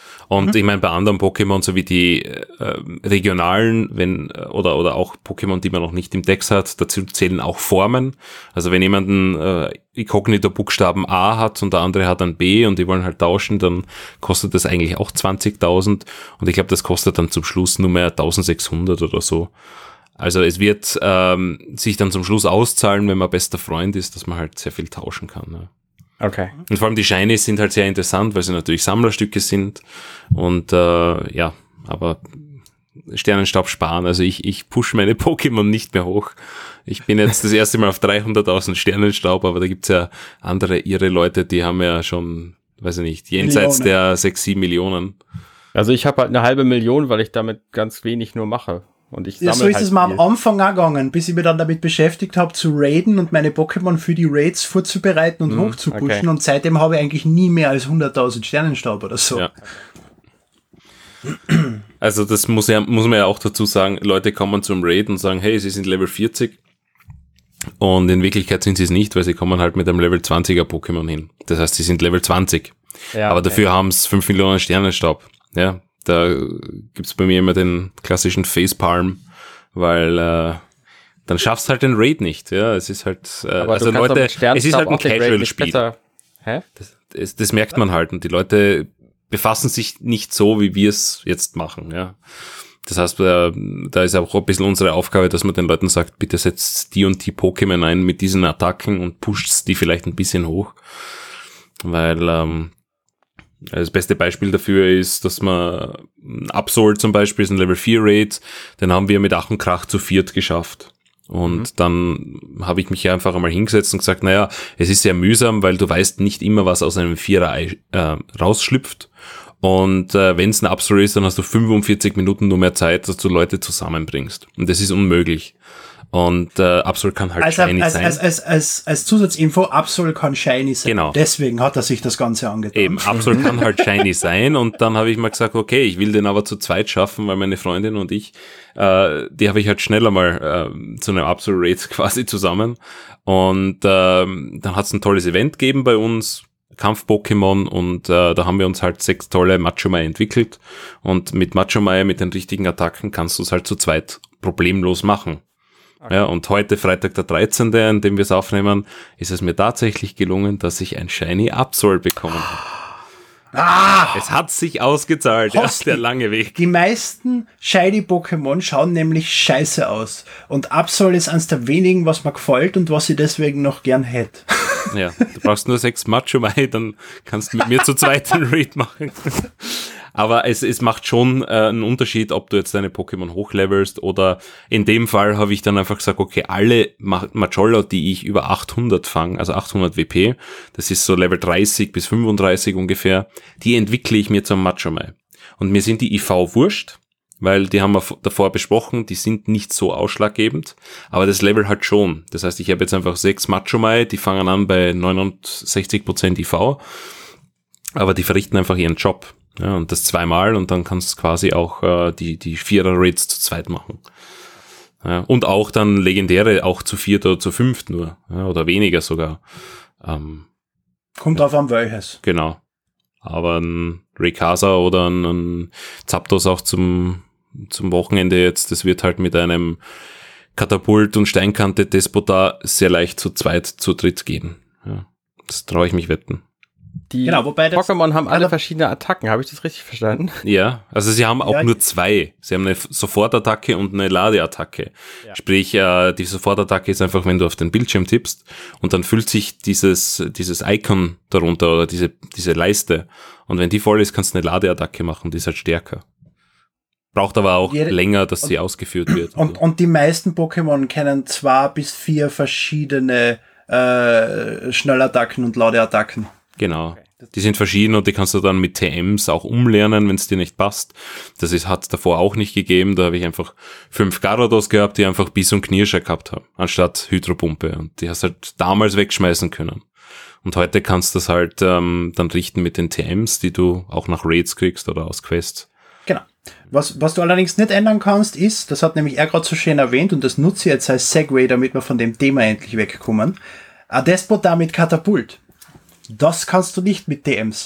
Und Mhm. ich meine, bei anderen Pokémon, so wie die äh, regionalen, wenn, oder, oder auch Pokémon, die man noch nicht im Dex hat, dazu zählen auch Formen. Also wenn jemand einen äh, Inkognito-Buchstaben A hat und der andere hat einen B und die wollen halt tauschen, dann kostet das eigentlich auch zwanzigtausend. Und ich glaube, das kostet dann zum Schluss nur mehr eintausendsechshundert oder so. Also es wird ähm, sich dann zum Schluss auszahlen, wenn man bester Freund ist, dass man halt sehr viel tauschen kann. Ne? Okay. Und vor allem die Shinies sind halt sehr interessant, weil sie natürlich Sammlerstücke sind und äh, ja, aber Sternenstaub sparen, also ich, ich push meine Pokémon nicht mehr hoch. Ich bin jetzt das erste Mal auf dreihunderttausend Sternenstaub, aber da gibt's ja andere irre Leute, die haben ja schon, weiß ich nicht, jenseits Millionen. der sechs, sieben Millionen. Also ich habe halt eine halbe Million, weil ich damit ganz wenig nur mache. Und ich Ja, sammle so ist halt es mir viel. am Anfang auch gegangen, bis ich mich dann damit beschäftigt habe, zu raiden und meine Pokémon für die Raids vorzubereiten und Mhm, hochzupushen. okay. Und seitdem habe ich eigentlich nie mehr als hunderttausend Sternenstaub oder so. Ja. Also das muss, ja, muss man ja auch dazu sagen, Leute kommen zum Raid und sagen, hey, sie sind Level vierzig und in Wirklichkeit sind sie es nicht, weil sie kommen halt mit einem Level zwanziger Pokémon hin. Das heißt, sie sind Level zwanzig, Ja, aber okay. dafür haben es fünf Millionen Sternenstaub. Ja, da gibt's bei mir immer den klassischen Facepalm, weil äh, dann schaffst halt den Raid nicht. Ja, es ist halt, äh, Aber also du kannst doch Leute, mit Sternstaub es ist halt ein auch den Raid nicht Casual-Spiel. besser- Hä? Das, das, das merkt man halt und die Leute befassen sich nicht so, wie wir es jetzt machen, ja. Das heißt, äh, da ist auch ein bisschen unsere Aufgabe, dass man den Leuten sagt, bitte setzt die und die Pokémon ein mit diesen Attacken und pusht die vielleicht ein bisschen hoch. Weil ähm, das beste Beispiel dafür ist, dass man Absol zum Beispiel ist ein Level vier Raid, den haben wir mit Ach und Krach zu viert geschafft. Und mhm. dann habe ich mich einfach einmal hingesetzt und gesagt, naja, es ist sehr mühsam, weil du weißt nicht immer, was aus einem Vierer-Ei äh, rausschlüpft. Und äh, wenn es ein Absol ist, dann hast du fünfundvierzig Minuten nur mehr Zeit, dass du Leute zusammenbringst. Und das ist unmöglich. Und äh, Absol kann halt Also shiny als, sein. als, als, als, als Zusatzinfo, Absol kann shiny sein. Genau. Deswegen hat er sich das Ganze angetan. Eben, Absol kann halt shiny sein. Und dann habe ich mal gesagt, okay, ich will den aber zu zweit schaffen, weil meine Freundin und ich, äh, die habe ich halt schneller mal äh, zu einem Absol-Raid quasi zusammen. Und äh, dann hat es ein tolles Event gegeben bei uns, Kampf-Pokémon, und äh, da haben wir uns halt sechs tolle Machomai entwickelt. Und mit Machomai, mit den richtigen Attacken, kannst du es halt zu zweit problemlos machen. Okay. Ja, und heute, Freitag der dreizehnte, an dem wir es aufnehmen, ist es mir tatsächlich gelungen, dass ich ein Shiny Absol bekommen habe. Ah! Es hat sich ausgezahlt, ja, Hospi. der lange Weg. Die meisten Shiny-Pokémon schauen nämlich scheiße aus. Und Absol ist eines der wenigen, was mir gefällt und was ich deswegen noch gern hätte. Ja, du brauchst nur sechs Machomai, dann kannst du mit mir zu zweit den Raid machen. Aber es, es macht schon äh, einen Unterschied, ob du jetzt deine Pokémon hochlevelst oder in dem Fall habe ich dann einfach gesagt, okay, alle Machollo, die ich über achthundert fange, also achthundert W P, das ist so Level dreißig bis fünfunddreißig ungefähr, die entwickle ich mir zum Machomai. Und mir sind die I V wurscht, weil die haben wir davor besprochen, die sind nicht so ausschlaggebend, aber das Level halt schon. Das heißt, ich habe jetzt einfach sechs Machomai, die fangen an bei neunundsechzig Prozent I V, aber die verrichten einfach ihren Job. Ja, und das zweimal und dann kannst du quasi auch äh, die die Vierer-Raids zu zweit machen. Ja, und auch dann legendäre, auch zu viert oder zu fünft nur, ja, oder weniger sogar. Ähm, Kommt drauf an, welches. Genau. Aber ein Rayquaza oder ein, ein Zapdos auch zum zum Wochenende jetzt, das wird halt mit einem Katapult und Steinkante Despota sehr leicht zu zweit, zu dritt gehen. Ja, das traue ich mich wetten. Die Genau, wobei das- Pokémon haben alle also- verschiedene Attacken, habe ich das richtig verstanden? Ja, also sie haben auch Ja, nur zwei. Sie haben eine Sofortattacke und eine Ladeattacke. Ja. Sprich, äh, die Sofortattacke ist einfach, wenn du auf den Bildschirm tippst und dann füllt sich dieses dieses Icon darunter oder diese diese Leiste. Und wenn die voll ist, kannst du eine Ladeattacke machen, die ist halt stärker. Braucht aber auch Jede- länger, dass sie ausgeführt wird. Und, und die meisten Pokémon kennen zwei bis vier verschiedene äh, Schnellattacken und Ladeattacken. Genau. Die sind verschieden und die kannst du dann mit T Ms auch umlernen, wenn es dir nicht passt. Das ist hat davor auch nicht gegeben. Da habe ich einfach fünf Gyarados gehabt, die einfach Biss und Knirscher gehabt haben, anstatt Hydropumpe. Und die hast halt damals wegschmeißen können. Und heute kannst du das halt ähm, dann richten mit den T Ms, die du auch nach Raids kriegst oder aus Quests. Genau. Was, was du allerdings nicht ändern kannst, ist, das hat nämlich er gerade so schön erwähnt und das nutze ich jetzt als Segway, damit wir von dem Thema endlich wegkommen. Ein Despota mit Katapult. Das kannst du nicht mit T Ms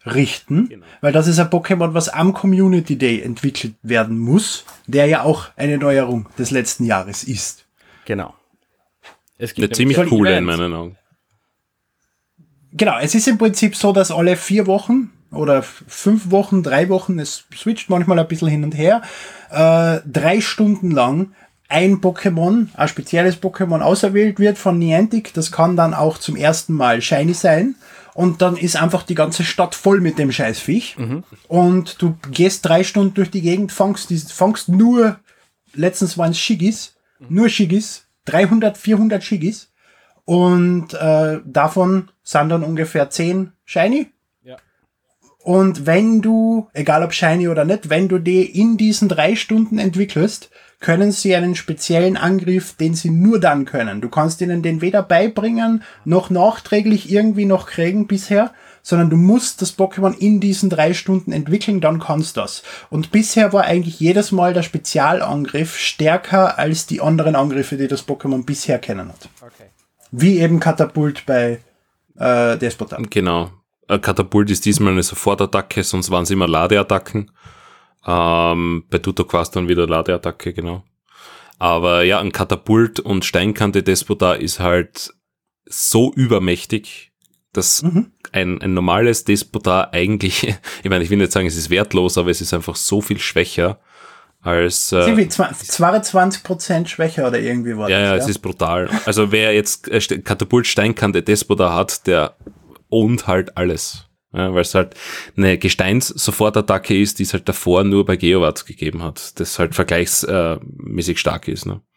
richten, genau. Weil das ist ein Pokémon, was am Community Day entwickelt werden muss, der ja auch eine Neuerung des letzten Jahres ist. Genau. Es gibt eine ziemlich coole in meinen Augen. Genau, es ist im Prinzip so, dass alle vier Wochen oder fünf Wochen, drei Wochen, es switcht manchmal ein bisschen hin und her, äh, drei Stunden lang ein Pokémon, ein spezielles Pokémon auserwählt wird von Niantic. Das kann dann auch zum ersten Mal Shiny sein. Und dann ist einfach die ganze Stadt voll mit dem Scheißviech. Mhm. Und du gehst drei Stunden durch die Gegend, fangst, die, fangst nur, letztens waren es Shigis, mhm. nur Shigis, dreihundert, vierhundert Shigis. Und äh, davon sind dann ungefähr zehn Shiny. Ja. Und wenn du, egal ob Shiny oder nicht, wenn du die in diesen drei Stunden entwickelst, können sie einen speziellen Angriff, den sie nur dann können. Du kannst ihnen den weder beibringen, noch nachträglich irgendwie noch kriegen bisher, sondern du musst das Pokémon in diesen drei Stunden entwickeln, dann kannst du das. Und bisher war eigentlich jedes Mal der Spezialangriff stärker als die anderen Angriffe, die das Pokémon bisher kennen hat. Okay. Wie eben Katapult bei äh, Despotar. Genau. Katapult ist diesmal eine Sofortattacke, sonst waren es immer Ladeattacken. Ähm, bei Tutoquast dann wieder Ladeattacke, genau. Aber ja, ein Katapult und Steinkante Despotar ist halt so übermächtig, dass mhm. ein, ein normales Despotar eigentlich, ich meine, ich will nicht sagen, es ist wertlos, aber es ist einfach so viel schwächer als... Äh, wie zweiundzwanzig Prozent schwächer oder irgendwie was. Ja, ja, es ist brutal. Also wer jetzt äh, Katapult Steinkante Despotar hat, der ownt halt alles. Ja, weil es halt eine Gesteins-Sofortattacke ist, die es halt davor nur bei Geowarts gegeben hat, das halt vergleichsmäßig stark ist. Ne?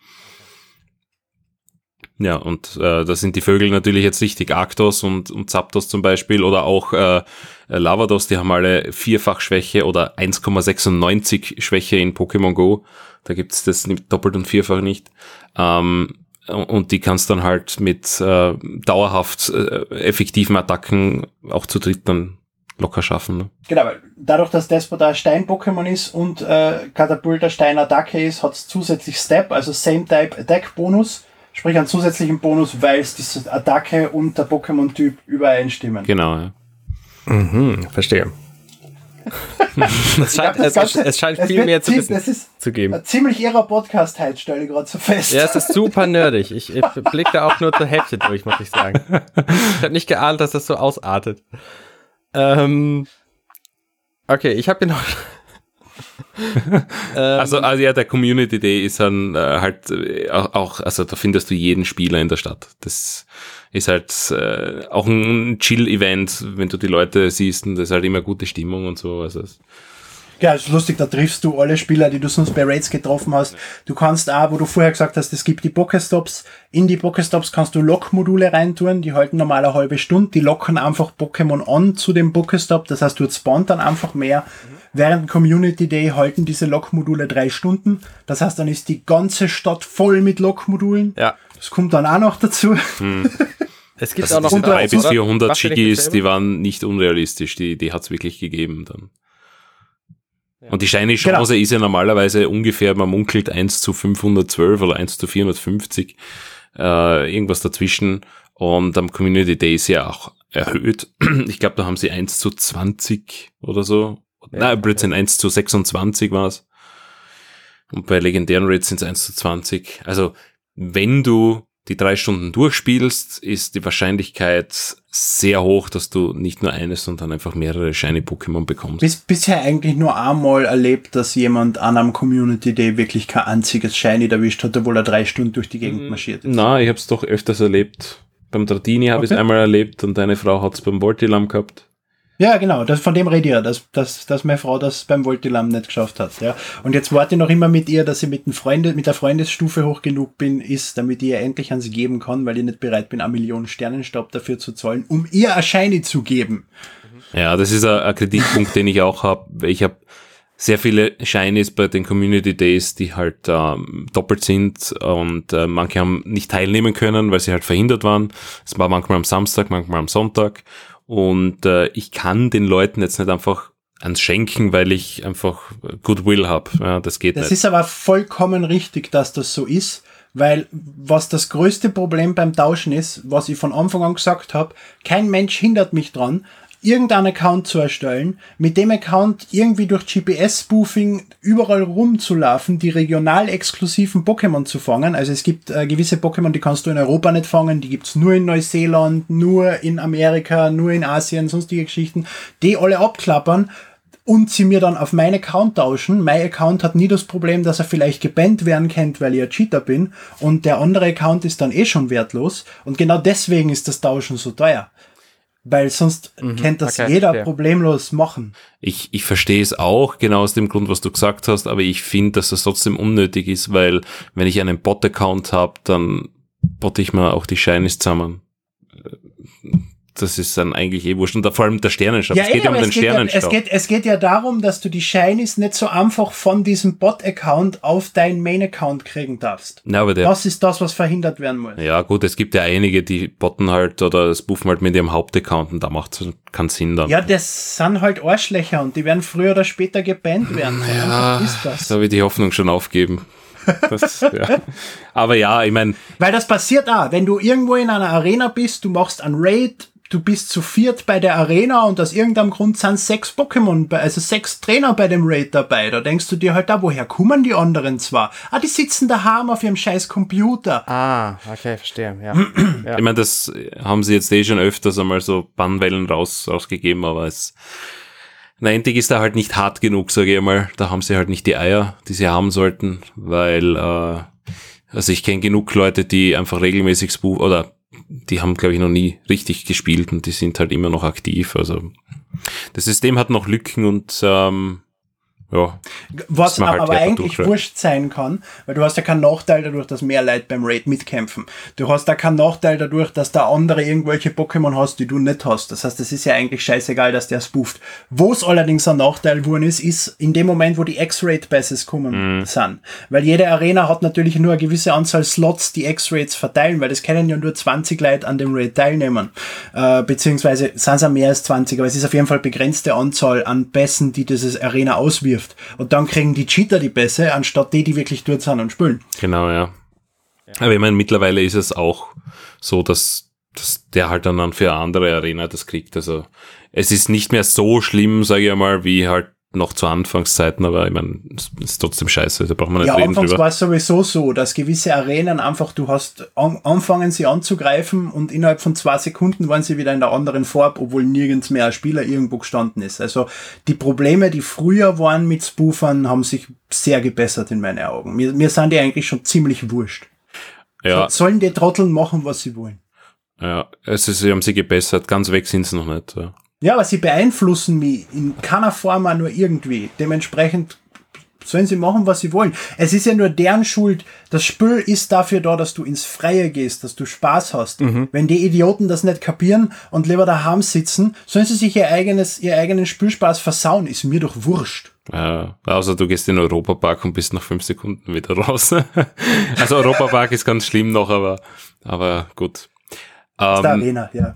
Ja, und äh, da sind die Vögel natürlich jetzt richtig, Arctos und, und Zapdos zum Beispiel oder auch äh, Lavados, die haben alle vierfach Schwäche oder eins Komma sechsundneunzig Schwäche in Pokémon Go. Da gibt's das doppelt und vierfach nicht. Ähm, und die kannst dann halt mit äh, dauerhaft äh, effektiven Attacken auch zu dritt dann locker schaffen. Ne? Genau, weil dadurch, dass Despotar ein Stein-Pokémon ist und äh, Katapult eine Stein-Attacke ist, hat es zusätzlich Step, also Same-Type-Attack-Bonus, sprich einen zusätzlichen Bonus, weil es diese Attacke und der Pokémon-Typ übereinstimmen. Genau, ja. Mhm, verstehe. es, scheint, glaub, es, Ganze, es scheint viel es mehr zu, wissen, ist zu geben. Ein ziemlich irrer Podcast halt, stelle ich gerade so fest. Ja, es ist super nerdig. Ich, ich blicke da auch nur zur Hälfte durch, muss ich sagen. Ich habe nicht geahnt, dass das so ausartet. Ähm, okay, ich habe hier noch... also, also ja, der Community Day ist dann äh, halt äh, auch, also da findest du jeden Spieler in der Stadt. Das ist halt äh, auch ein Chill-Event, wenn du die Leute siehst, und das ist halt immer gute Stimmung und so. Also ja, es ist lustig, da triffst du alle Spieler, die du sonst bei Raids getroffen hast. Du kannst auch, wo du vorher gesagt hast, es gibt die Pokéstops. In die Pokéstops kannst du Lock-Module reintun, die halten normal eine halbe Stunde, die locken einfach Pokémon an zu dem Pokéstop, das heißt, du spawnt dann einfach mehr. Mhm. Während Community Day halten diese Lock-Module drei Stunden, das heißt, dann ist die ganze Stadt voll mit Lock-Modulen. Ja. Das kommt dann auch noch dazu. Hm. Es gibt also auch noch drei bis vierhundert Shigis, die waren nicht unrealistisch, die, die hat's wirklich gegeben dann. Ja. Und die Shiny-Chance genau. ist ja normalerweise ungefähr, man munkelt eins zu fünfhundertzwölf oder eins zu vierhundertfünfzig, äh, irgendwas dazwischen. Und am Community Day ist ja auch erhöht. Ich glaube, da haben sie eins zu zwanzig oder so. Ja, Nein, Blödsinn, eins zu sechsundzwanzig war es. Und bei legendären Raids sind es eins zu zwanzig. Also, wenn du die drei Stunden durchspielst, ist die Wahrscheinlichkeit sehr hoch, dass du nicht nur eines, sondern einfach mehrere Shiny-Pokémon bekommst. Bis, bisher eigentlich nur einmal erlebt, dass jemand an einem Community Day wirklich kein einziges Shiny erwischt hat, obwohl er drei Stunden durch die Gegend marschiert ist. Na, ich habe es doch öfters erlebt. Beim Dratini habe ich es einmal erlebt und deine Frau hat es beim Voltilam gehabt. Ja, genau, das, von dem rede ich ja, dass, dass, dass meine Frau das beim Voltilam nicht geschafft hat. Ja. Und jetzt warte ich noch immer mit ihr, dass ich mit, den Freunde, mit der Freundesstufe hoch genug bin, ist, damit ich ihr endlich an sie geben kann, weil ich nicht bereit bin, eine Million Sternenstab dafür zu zahlen, um ihr ein Shiny zu geben. Ja, das ist ein, ein Kritikpunkt, den ich auch habe. Ich habe sehr viele Shinies bei den Community Days, die halt ähm, doppelt sind und äh, manche haben nicht teilnehmen können, weil sie halt verhindert waren. Es war manchmal am Samstag, manchmal am Sonntag. Und äh, ich kann den Leuten jetzt nicht einfach ans Schenken, weil ich einfach Goodwill habe. Ja, das geht das nicht. Das ist aber vollkommen richtig, dass das so ist, weil was das größte Problem beim Tauschen ist, was ich von Anfang an gesagt habe, kein Mensch hindert mich dran, irgendeinen Account zu erstellen, mit dem Account irgendwie durch G P S-Spoofing überall rumzulaufen, die regional exklusiven Pokémon zu fangen. Also es gibt äh, gewisse Pokémon, die kannst du in Europa nicht fangen, die gibt's nur in Neuseeland, nur in Amerika, nur in Asien, sonstige Geschichten, die alle abklappern und sie mir dann auf meinen Account tauschen. Mein Account hat nie das Problem, dass er vielleicht gebannt werden könnte, weil ich ein Cheater bin, und der andere Account ist dann eh schon wertlos, und genau deswegen ist das Tauschen so teuer. Weil sonst mhm, könnte das okay, jeder ja. problemlos machen. Ich, ich verstehe es auch, genau aus dem Grund, was du gesagt hast, aber ich finde, dass das trotzdem unnötig ist, weil wenn ich einen Bot-Account habe, dann botte ich mir auch die Shinies zusammen. Das ist dann eigentlich eh wurscht. Und da vor allem der Sternenstab. Ja, es geht eh, ja um den es geht Sternenstab. Ja, es, geht, es geht ja darum, dass du die Shinies nicht so einfach von diesem Bot-Account auf deinen Main-Account kriegen darfst. Ja, aber der, das ist das, was verhindert werden muss. Ja gut, es gibt ja einige, die botten halt oder spoofen halt mit ihrem Hauptaccount und da macht es keinen Sinn dann. Ja, das sind halt Arschlöcher und die werden früher oder später gebannt werden. So ja, ist das. Da habe ich die Hoffnung schon aufgeben. Das, ja. Aber ja, ich meine... Weil das passiert auch, wenn du irgendwo in einer Arena bist, du machst einen Raid, du bist zu viert bei der Arena und aus irgendeinem Grund sind sechs Pokémon, bei, also sechs Trainer bei dem Raid dabei. Da denkst du dir halt da, woher kommen die anderen zwar? Ah, die sitzen daheim auf ihrem scheiß Computer. Ah, okay, verstehe, ja. ja. Ich meine, das haben sie jetzt eh schon öfters einmal so Bannwellen raus, rausgegeben, aber es... Niantic ist da halt nicht hart genug, sage ich einmal. Da haben sie halt nicht die Eier, die sie haben sollten, weil, äh, also ich kenne genug Leute, die einfach regelmäßig spoofen, oder die haben, glaube ich, noch nie richtig gespielt und die sind halt immer noch aktiv. Also das System hat noch Lücken und ähm, ja. Was aber, aber eigentlich wurscht sein kann, weil du hast ja keinen Nachteil dadurch, dass mehr Leute beim Raid mitkämpfen. Du hast da keinen Nachteil dadurch, dass da andere irgendwelche Pokémon hast, die du nicht hast. Das heißt, es ist ja eigentlich scheißegal, dass der spooft. Wo es allerdings ein Nachteil geworden ist, ist in dem Moment, wo die X-Raid-Passes kommen mm. sind. Weil jede Arena hat natürlich nur eine gewisse Anzahl Slots, die X-Raids verteilen, weil das können ja nur zwanzig Leute an dem Raid teilnehmen. Äh, beziehungsweise sind es ja mehr als zwanzig, aber es ist auf jeden Fall begrenzte Anzahl an Pässen, die dieses Arena auswirft. Und dann kriegen die Cheater die Pässe, anstatt die, die wirklich dort sind und spielen. Genau, ja. Aber ich meine, mittlerweile ist es auch so, dass, dass der halt dann für eine andere Arena das kriegt. Also es ist nicht mehr so schlimm, sage ich einmal, wie halt noch zu Anfangszeiten, aber ich meine, es ist trotzdem scheiße, da braucht man nicht ja, reden anfangs drüber. war es sowieso so, dass gewisse Arenen einfach, du hast an, anfangen sie anzugreifen und innerhalb von zwei Sekunden waren sie wieder in der anderen Farbe, obwohl nirgends mehr ein Spieler irgendwo gestanden ist. Also die Probleme, die früher waren mit Spoofern, haben sich sehr gebessert in meinen Augen. Mir, mir sind die eigentlich schon ziemlich wurscht. Ja. So, sollen die Trotteln machen, was sie wollen. Ja, also sie haben sie gebessert, ganz weg sind sie noch nicht. Ja. Ja, aber sie beeinflussen mich in keiner Form auch nur irgendwie. Dementsprechend sollen sie machen, was sie wollen. Es ist ja nur deren Schuld. Das Spiel ist dafür da, dass du ins Freie gehst, dass du Spaß hast. Mhm. Wenn die Idioten das nicht kapieren und lieber daheim sitzen, sollen sie sich ihr eigenes, ihr eigenen Spielspaß versauen. Ist mir doch wurscht. Ja, außer du gehst in den Europapark und bist nach fünf Sekunden wieder raus. Also Europapark ist ganz schlimm noch, aber, aber gut. Ähm, Arena, ja.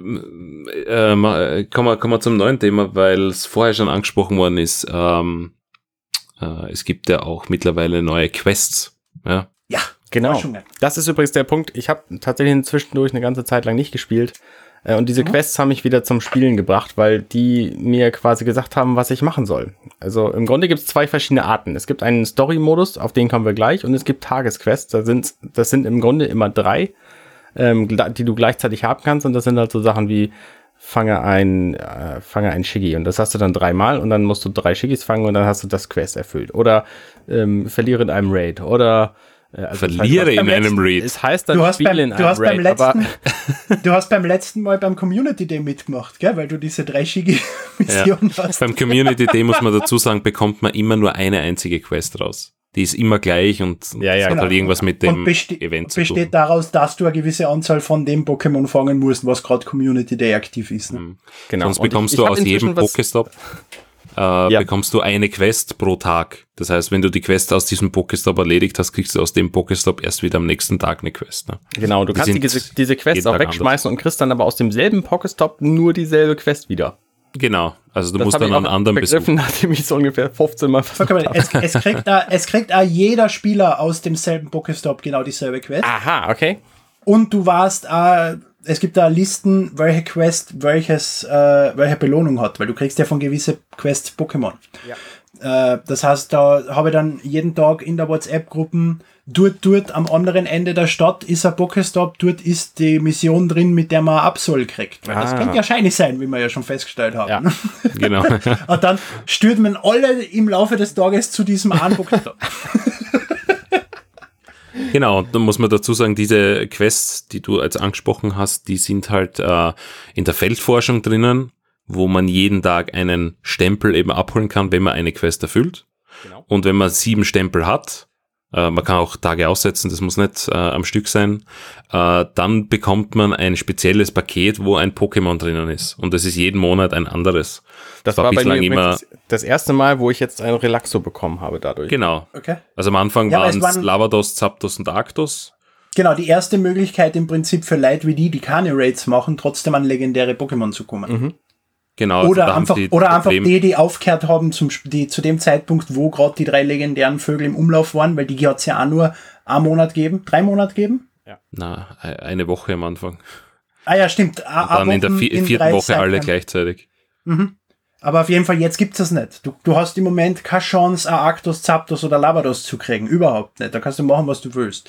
Äh, äh, kommen wir, kommen wir zum neuen Thema, weil es vorher schon angesprochen worden ist. Ähm, äh, es gibt ja auch mittlerweile neue Quests. Ja, ja genau. Das ist übrigens der Punkt. Ich habe tatsächlich zwischendurch eine ganze Zeit lang nicht gespielt. Äh, und diese mhm. Quests haben mich wieder zum Spielen gebracht, weil die mir quasi gesagt haben, was ich machen soll. Also im Grunde gibt es zwei verschiedene Arten. Es gibt einen Story-Modus, auf den kommen wir gleich, und es gibt Tagesquests. Da sind, das sind im Grunde immer drei. Ähm, die du gleichzeitig haben kannst, und das sind halt so Sachen wie fange ein äh, fange ein Shiggy, und das hast du dann dreimal und dann musst du drei Shiggys fangen und dann hast du das Quest erfüllt, oder ähm, verliere in einem Raid, oder äh, also verliere das heißt, in einem Raid. Es heißt dann du hast Spiele beim, in du einem hast Raid, beim letzten, aber du hast beim letzten Mal beim Community Day mitgemacht, gell, weil du diese drei Shiggy-Missionen ja. hast. Beim Community Day muss man dazu sagen, bekommt man immer nur eine einzige Quest raus. Die ist immer gleich und ja, ja, hat genau. halt irgendwas mit dem besti- Event zu tun. Besteht daraus, dass du eine gewisse Anzahl von dem Pokémon fangen musst, was gerade Community Day aktiv ist. Ne? Mhm. Genau. Sonst bekommst ich, ich du aus jedem Pokestop äh, ja. bekommst du eine Quest pro Tag. Das heißt, wenn du die Quest aus diesem Pokestop erledigt hast, kriegst du aus dem Pokestop erst wieder am nächsten Tag eine Quest. Ne? Genau, du die kannst diese, diese Quests auch wegschmeißen anders. Und kriegst dann aber aus demselben Pokestop nur dieselbe Quest wieder. Genau, also du das musst dann einen anderen begriffen, nachdem ich so ungefähr fünfzehn Mal versucht habe. Es, es, kriegt da, es kriegt auch jeder Spieler aus demselben Pokestop genau dieselbe Quest. Aha, okay. Und du warst, äh, es gibt da Listen, welche Quest welches, äh, welche Belohnung hat, weil du kriegst ja von gewisse Quests Pokémon. Ja. Äh, das heißt, da habe ich dann jeden Tag in der WhatsApp-Gruppen, dort, dort am anderen Ende der Stadt ist ein Pokéstop, dort ist die Mission drin, mit der man Absol kriegt. Weil ah. das könnte ja shiny sein, wie wir ja schon festgestellt haben. Ja, genau. Und dann stürmen alle im Laufe des Tages zu diesem einen Pokéstop. Genau, und dann muss man dazu sagen, diese Quests, die du als angesprochen hast, die sind halt äh, in der Feldforschung drinnen, wo man jeden Tag einen Stempel eben abholen kann, wenn man eine Quest erfüllt. Genau. Und wenn man sieben Stempel hat, äh, man kann auch Tage aussetzen, das muss nicht äh, am Stück sein, äh, dann bekommt man ein spezielles Paket, wo ein Pokémon drinnen ist. Und das ist jeden Monat ein anderes. Das, das war, war bislang bei mir immer das erste Mal, wo ich jetzt ein Relaxo bekommen habe dadurch. Genau. Okay. Also am Anfang ja, waren es Lavados, Zapdos und Arctos. Genau, die erste Möglichkeit im Prinzip für Leute wie die, die keine Raids machen, trotzdem an legendäre Pokémon zu kommen. Mhm. Genau. Oder einfach, die oder einfach die, die aufgehört haben, zum, die zu dem Zeitpunkt, wo gerade die drei legendären Vögel im Umlauf waren, weil die hat es ja auch nur einen Monat geben, drei Monate geben. Ja. Na, eine Woche am Anfang. Ah ja, stimmt. Und dann in der vi- vierten Woche Zeiten. alle gleichzeitig. Mhm. Aber auf jeden Fall, jetzt gibt's das nicht. Du, du hast im Moment keine Chance, ein Arctos, Zapdos oder Lavados zu kriegen. Überhaupt nicht. Da kannst du machen, was du willst.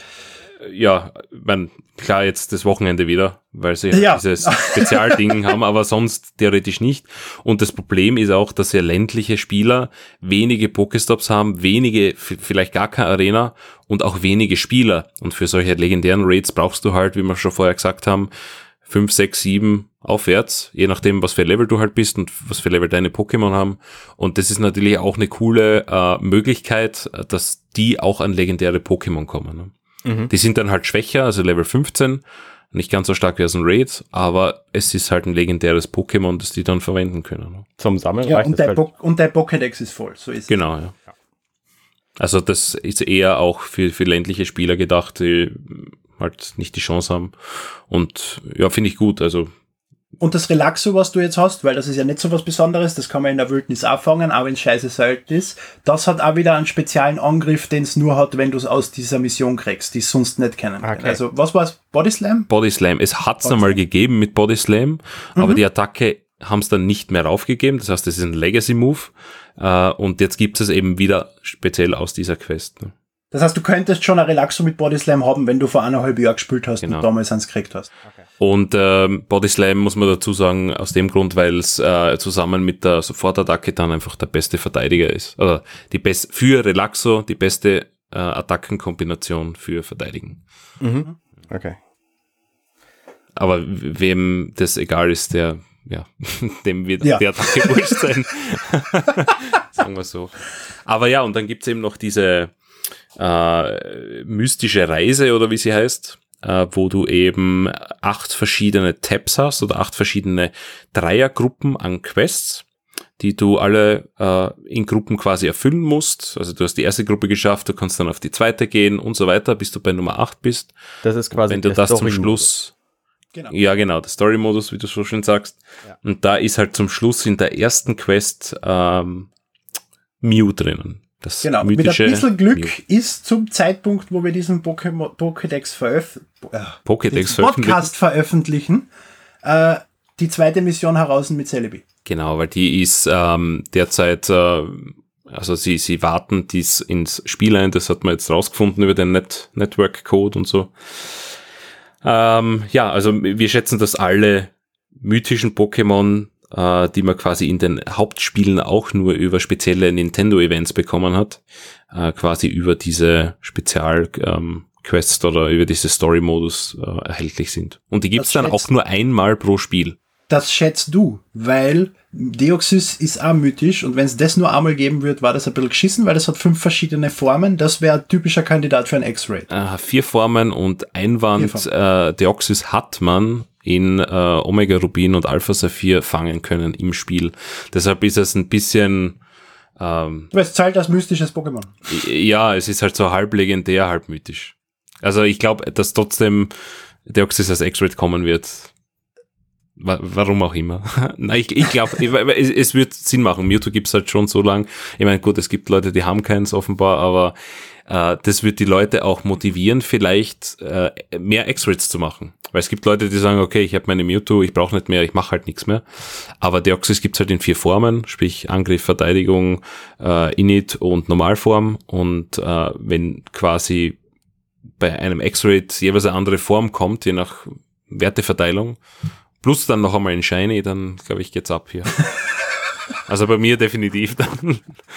Ja, mein, klar, jetzt das Wochenende wieder, weil sie ja. dieses Spezialding haben, aber sonst theoretisch nicht. Und das Problem ist auch, dass ja ländliche Spieler wenige Pokestops haben, wenige, vielleicht gar keine Arena und auch wenige Spieler. Und für solche legendären Raids brauchst du halt, wie wir schon vorher gesagt haben, fünf, sechs, sieben aufwärts, je nachdem, was für Level du halt bist und was für Level deine Pokémon haben. Und das ist natürlich auch eine coole äh, Möglichkeit, dass die auch an legendäre Pokémon kommen. Ne? Mhm. Die sind dann halt schwächer, also Level fünfzehn, nicht ganz so stark wie aus dem Raid, aber es ist halt ein legendäres Pokémon, das die dann verwenden können. Ne? Zum Sammeln ja, reicht und, das der halt. und der Pokédex ist voll, so ist genau, es. Genau, ja. Also das ist eher auch für, für ländliche Spieler gedacht, die halt nicht die Chance haben. Und ja, finde ich gut, also und das Relaxo, was du jetzt hast, weil das ist ja nicht so was Besonderes, das kann man in der Wildnis auch fangen, auch wenn es scheiße selten ist, das hat auch wieder einen speziellen Angriff, den es nur hat, wenn du es aus dieser Mission kriegst, die es sonst nicht kennen. Okay. Also, was war es? Body Slam? Body Slam. Es hat es einmal gegeben mit Body Slam, mhm. aber die Attacke haben es dann nicht mehr raufgegeben, das heißt, das ist ein Legacy-Move, äh, und jetzt gibt es eben wieder speziell aus dieser Quest. Ne? Das heißt, du könntest schon ein Relaxo mit Body Slam haben, wenn du vor eineinhalb Jahren gespielt hast genau. und damals eins gekriegt hast. Okay. Und ähm, Body Slam muss man dazu sagen, aus dem Grund, weil es äh, zusammen mit der Sofortattacke dann einfach der beste Verteidiger ist. Also die best für Relaxo die beste äh, Attackenkombination für Verteidigen. Mhm. Okay. Aber wem das egal ist, der, ja, dem wird ja. die Attacke wurscht sein. Sagen wir so. Aber ja, und dann gibt's eben noch diese äh, mystische Reise, oder wie sie heißt, äh, wo du eben acht verschiedene Tabs hast oder acht verschiedene Dreiergruppen an Quests, die du alle äh, in Gruppen quasi erfüllen musst. Also du hast die erste Gruppe geschafft, du kannst dann auf die zweite gehen und so weiter, bis du bei Nummer acht bist. Das ist quasi wenn du das zum Schluss Genau. Ja, genau, der Story-Modus, wie du so schön sagst. Ja. Und da ist halt zum Schluss in der ersten Quest ähm, Mew drinnen. Das genau, mythische mit ein bisschen Glück Mew. Ist zum Zeitpunkt, wo wir diesen Pokémon, Pokédex, veröf- äh, Pokédex Podcast veröffentlichen, äh, die zweite Mission heraus mit Celebi. Genau, weil die ist ähm, derzeit, äh, also sie sie warten dies ins Spiel ein, das hat man jetzt rausgefunden über den Net- Network-Code und so. Ähm, ja, also wir schätzen, dass alle mythischen Pokémon, äh, die man quasi in den Hauptspielen auch nur über spezielle Nintendo-Events bekommen hat, äh, quasi über diese Spezial-Quests ähm, oder über diese Story-Modus äh, erhältlich sind. Und die gibt's dann auch nur einmal pro Spiel. Das schätzt du, weil Deoxys ist auch mythisch und wenn es das nur einmal geben wird, war das ein bisschen geschissen, weil das hat fünf verschiedene Formen. Das wäre ein typischer Kandidat für ein X-Raid. Äh, vier Formen und Einwand Formen. Äh, Deoxys hat man in äh, Omega Rubin und Alpha Saphir fangen können im Spiel. Deshalb ist es ein bisschen ähm, du weißt, zahlt als mystisches Pokémon. Ja, es ist halt so halb legendär, halb mythisch. Also ich glaube, dass trotzdem Deoxys als X-Raid kommen wird. Wa- warum auch immer. Nein, ich, ich glaube, es, es wird Sinn machen. Mewtwo gibt's halt schon so lang. Ich meine, gut, es gibt Leute, die haben keins offenbar, aber äh, das wird die Leute auch motivieren, vielleicht äh, mehr X-Rays zu machen. Weil es gibt Leute, die sagen, okay, ich habe meine Mewtwo, ich brauche nicht mehr, ich mache halt nichts mehr. Aber Deoxys gibt's halt in vier Formen, sprich Angriff, Verteidigung, äh, Init und Normalform. Und äh, wenn quasi bei einem X-Ray jeweils eine andere Form kommt, je nach Werteverteilung, plus dann noch einmal ein Shiny, dann glaube ich, geht's ab hier. Also bei mir definitiv dann.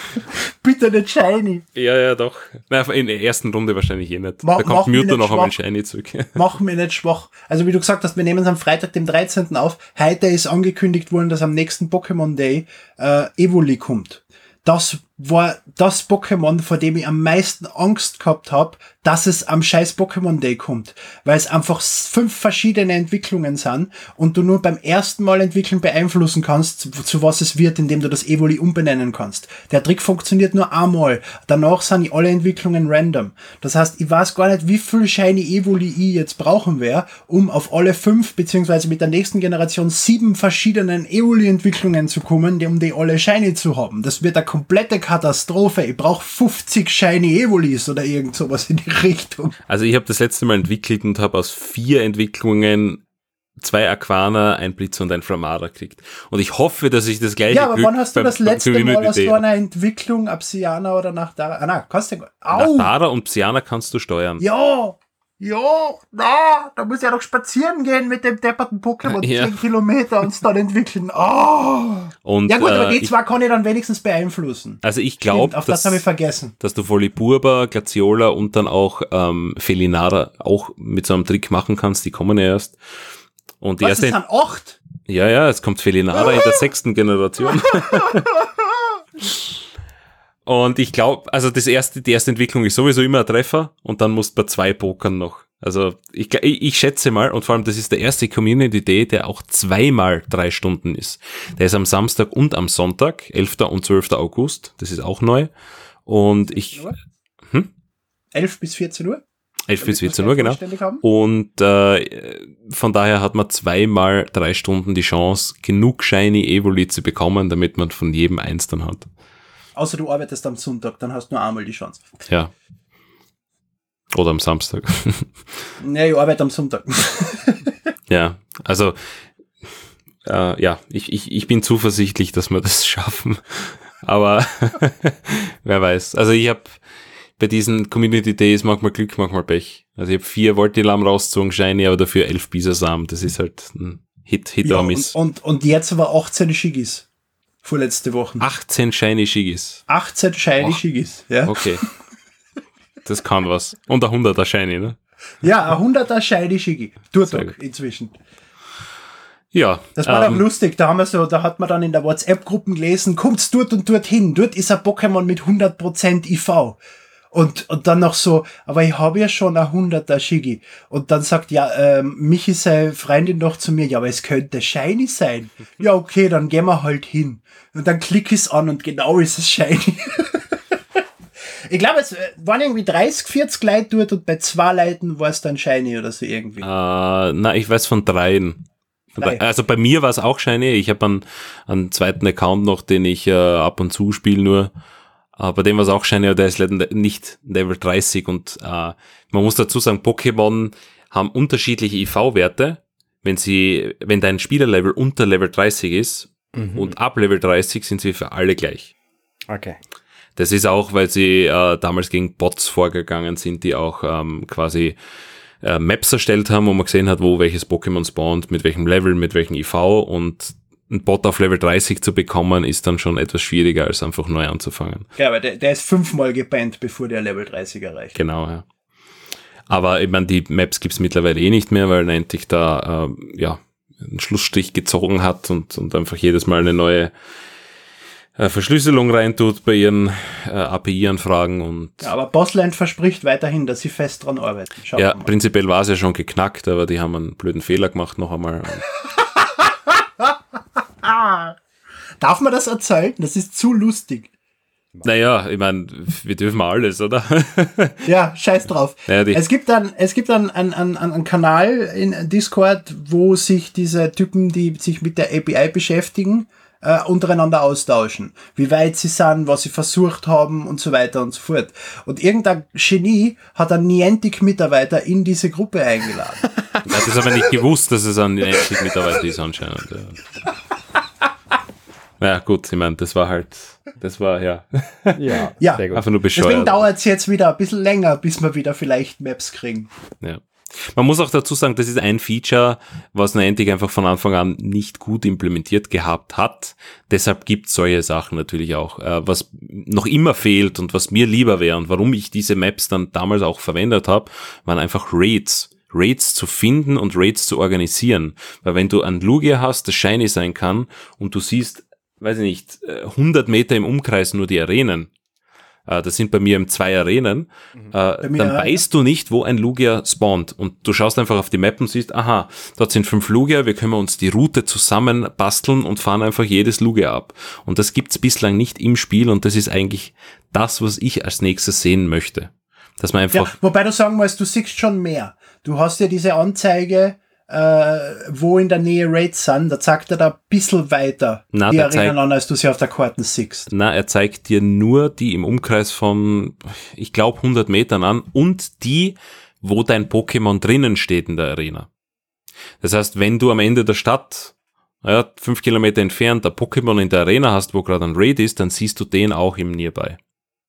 Bitte nicht Shiny. Ja, ja, doch. Na, in der ersten Runde wahrscheinlich eh nicht. Mach- da mach kommt mich Mewtwo nicht noch einmal ein schwach. Shiny zurück. Mach mir nicht schwach. Also wie du gesagt hast, wir nehmen es am Freitag, dem dreizehnten auf. Heute ist angekündigt worden, dass am nächsten Pokémon Day äh, Evoli kommt. Das war das Pokémon, vor dem ich am meisten Angst gehabt habe, dass es am scheiß Pokémon Day kommt. Weil es einfach s- fünf verschiedene Entwicklungen sind und du nur beim ersten Mal entwickeln beeinflussen kannst, zu, zu was es wird, indem du das Evoli umbenennen kannst. Der Trick funktioniert nur einmal. Danach sind alle Entwicklungen random. Das heißt, ich weiß gar nicht, wie viel Shiny Evoli ich jetzt brauchen werde, um auf alle fünf, beziehungsweise mit der nächsten Generation sieben verschiedenen Evoli-Entwicklungen zu kommen, die, um die alle Shiny zu haben. Das wird eine komplette Katastrophe. Ich brauche fünfzig Shiny Evolis oder irgend sowas in die Richtung. Also ich habe das letzte Mal entwickelt und habe aus vier Entwicklungen zwei Aquana, ein Blitz und ein Flamara gekriegt. Und ich hoffe, dass ich das gleiche Ja, aber Glück wann hast du beim- das beim letzte Mal Community aus so Day- einer Entwicklung Absiana oder nach Dara? Ah, na, kannst du. Nach Au! Dara und Psyana kannst du steuern. Ja! Ja! Na! Da muss ich ja noch spazieren gehen mit dem depperten Pokémon. Ja. zehn Kilometer und es dann entwickeln. Oh! Und, Ja gut, aber äh, die ich, zwei kann ich dann wenigstens beeinflussen. also ich Stimmt, glaube, auf das dass, habe ich vergessen. dass du Voliburba, Glaciola und dann auch ähm, Felinara auch mit so einem Trick machen kannst. Die kommen ja erst. Und die Was, das erste, sind acht? ja, ja, es kommt Felinara in der sechsten Generation. Und ich glaube, also das erste, die erste Entwicklung ist sowieso immer ein Treffer und dann musst du bei zwei pokern noch. Also ich, ich, ich schätze mal, und vor allem das ist der erste Community Day, der auch zweimal drei Stunden ist. Der ist am Samstag und am Sonntag, elfter und zwölfter August. Das ist auch neu. Und ich, hm? elf bis vierzehn Uhr? elf bis Damit wir's vierzehn Uhr, gleich genau. vollständig haben. Und äh, von daher hat man zweimal drei Stunden die Chance, genug Shiny Evoli zu bekommen, damit man von jedem eins dann hat. Außer du arbeitest am Sonntag, dann hast du nur einmal die Chance. Ja. Oder am Samstag. Nee, ich arbeite am Sonntag. Ja, also äh, ja, ich, ich, ich bin zuversichtlich, dass wir das schaffen. Aber wer weiß. Also ich habe bei diesen Community Days manchmal Glück, manchmal Pech. Also ich habe vier Voltilam rausgezogen, Shiny, aber dafür elf Bisasam. Das ist halt ein Hit, Hit Ja, or und, Miss. und, und jetzt war achtzehn Shigis. Vorletzte Woche. achtzehn Shiny Shigis. achtzehn Shiny Ach. Shigis. Ja, Okay. Das kann was. Und ein hunderter Shiny, ne? ja ein hunderter Shiny Shigi. Sehr Turtok gut. inzwischen. Ja. Das war ähm, auch lustig. Da haben wir so, da hat man dann in der WhatsApp-Gruppen gelesen, kommt's dort und dort hin. Dort ist ein Pokémon mit hundert Prozent I V. Und, und dann noch so, aber ich habe ja schon ein hunderter Shigi. Und dann sagt, ja, ähm, Michi, seine Freundin noch zu mir, ja, aber es könnte Shiny sein. Ja, okay, dann gehen wir halt hin. Und dann klicke ich es an und genau ist es Shiny. Ich glaube, es waren irgendwie dreißig, vierzig Leute dort und bei zwei Leuten war es dann Shiny oder so irgendwie. Äh, na, ich weiß von dreien. Von Drei. drei. Also bei mir war es auch Shiny. Ich habe einen, einen zweiten Account noch, den ich äh, ab und zu spiele nur. Aber bei dem war es auch Shiny, aber der ist leider nicht Level dreißig. Und äh, man muss dazu sagen, Pokémon haben unterschiedliche I V-Werte. Wenn sie, wenn dein Spielerlevel unter Level dreißig ist Mhm. und ab Level dreißig sind sie für alle gleich. Okay. Das ist auch, weil sie äh, damals gegen Bots vorgegangen sind, die auch ähm, quasi äh, Maps erstellt haben, wo man gesehen hat, wo welches Pokémon spawnt, mit welchem Level, mit welchem I V, und einen Bot auf Level dreißig zu bekommen, ist dann schon etwas schwieriger, als einfach neu anzufangen. Ja, aber der, der ist fünfmal gebannt, bevor der Level dreißig erreicht. Genau, ja. Aber ich meine, die Maps gibt's mittlerweile eh nicht mehr, weil Niantic da äh, ja einen Schlussstrich gezogen hat und, und einfach jedes Mal eine neue äh, Verschlüsselung reintut bei ihren äh, A P I-Anfragen und Ja, aber Bossland verspricht weiterhin, dass sie fest dran arbeiten. Schauen ja, wir mal. prinzipiell war es ja schon geknackt, aber die haben einen blöden Fehler gemacht noch einmal. Darf man das erzählen? Das ist zu lustig. Naja, ich meine, wir dürfen alles, oder? Ja, scheiß drauf. Ja, es gibt dann, es gibt dann einen, einen, einen Kanal in Discord, wo sich diese Typen, die sich mit der A P I beschäftigen, äh, untereinander austauschen. Wie weit sie sind, was sie versucht haben und so weiter und so fort. Und irgendein Genie hat einen Niantic-Mitarbeiter in diese Gruppe eingeladen. Ja, das habe ich nicht gewusst, dass es ein Niantic-Mitarbeiter ist anscheinend. Ja. Ja, gut, ich meine, das war halt, das war, ja. Ja, ja. sehr gut. Einfach nur bescheuert. Deswegen dauert es jetzt wieder ein bisschen länger, bis wir wieder vielleicht Maps kriegen. Ja. Man muss auch dazu sagen, das ist ein Feature, was Niantic einfach von Anfang an nicht gut implementiert gehabt hat. Deshalb gibt es solche Sachen natürlich auch. Äh, was noch immer fehlt und was mir lieber wäre und warum ich diese Maps dann damals auch verwendet habe, waren einfach Raids. Raids zu finden und Raids zu organisieren. Weil wenn du einen Lugia hast, das shiny sein kann und du siehst, weiß ich nicht, hundert Meter im Umkreis nur die Arenen, äh, das sind bei mir im zwei Arenen, äh, dann ja. weißt du nicht, wo ein Lugia spawnt und du schaust einfach auf die Map und siehst, aha, dort sind fünf Lugia, wir können uns die Route zusammen basteln und fahren einfach jedes Lugia ab. Und das gibt's bislang nicht im Spiel und das ist eigentlich das, was ich als nächstes sehen möchte. Dass man einfach... Ja, wobei du sagen musst, du siehst schon mehr. Du hast ja diese Anzeige, äh, wo in der Nähe Raids sind, da zeigt er da ein bisschen weiter Na, die der Arenen zeigt, an, als du sie auf der Karte siehst. Na, er zeigt dir nur die im Umkreis von, ich glaube, hundert Metern an und die, wo dein Pokémon drinnen steht in der Arena. Das heißt, wenn du am Ende der Stadt, ja, fünf Kilometer entfernt, der Pokémon in der Arena hast, wo gerade ein Raid ist, dann siehst du den auch im Nearby.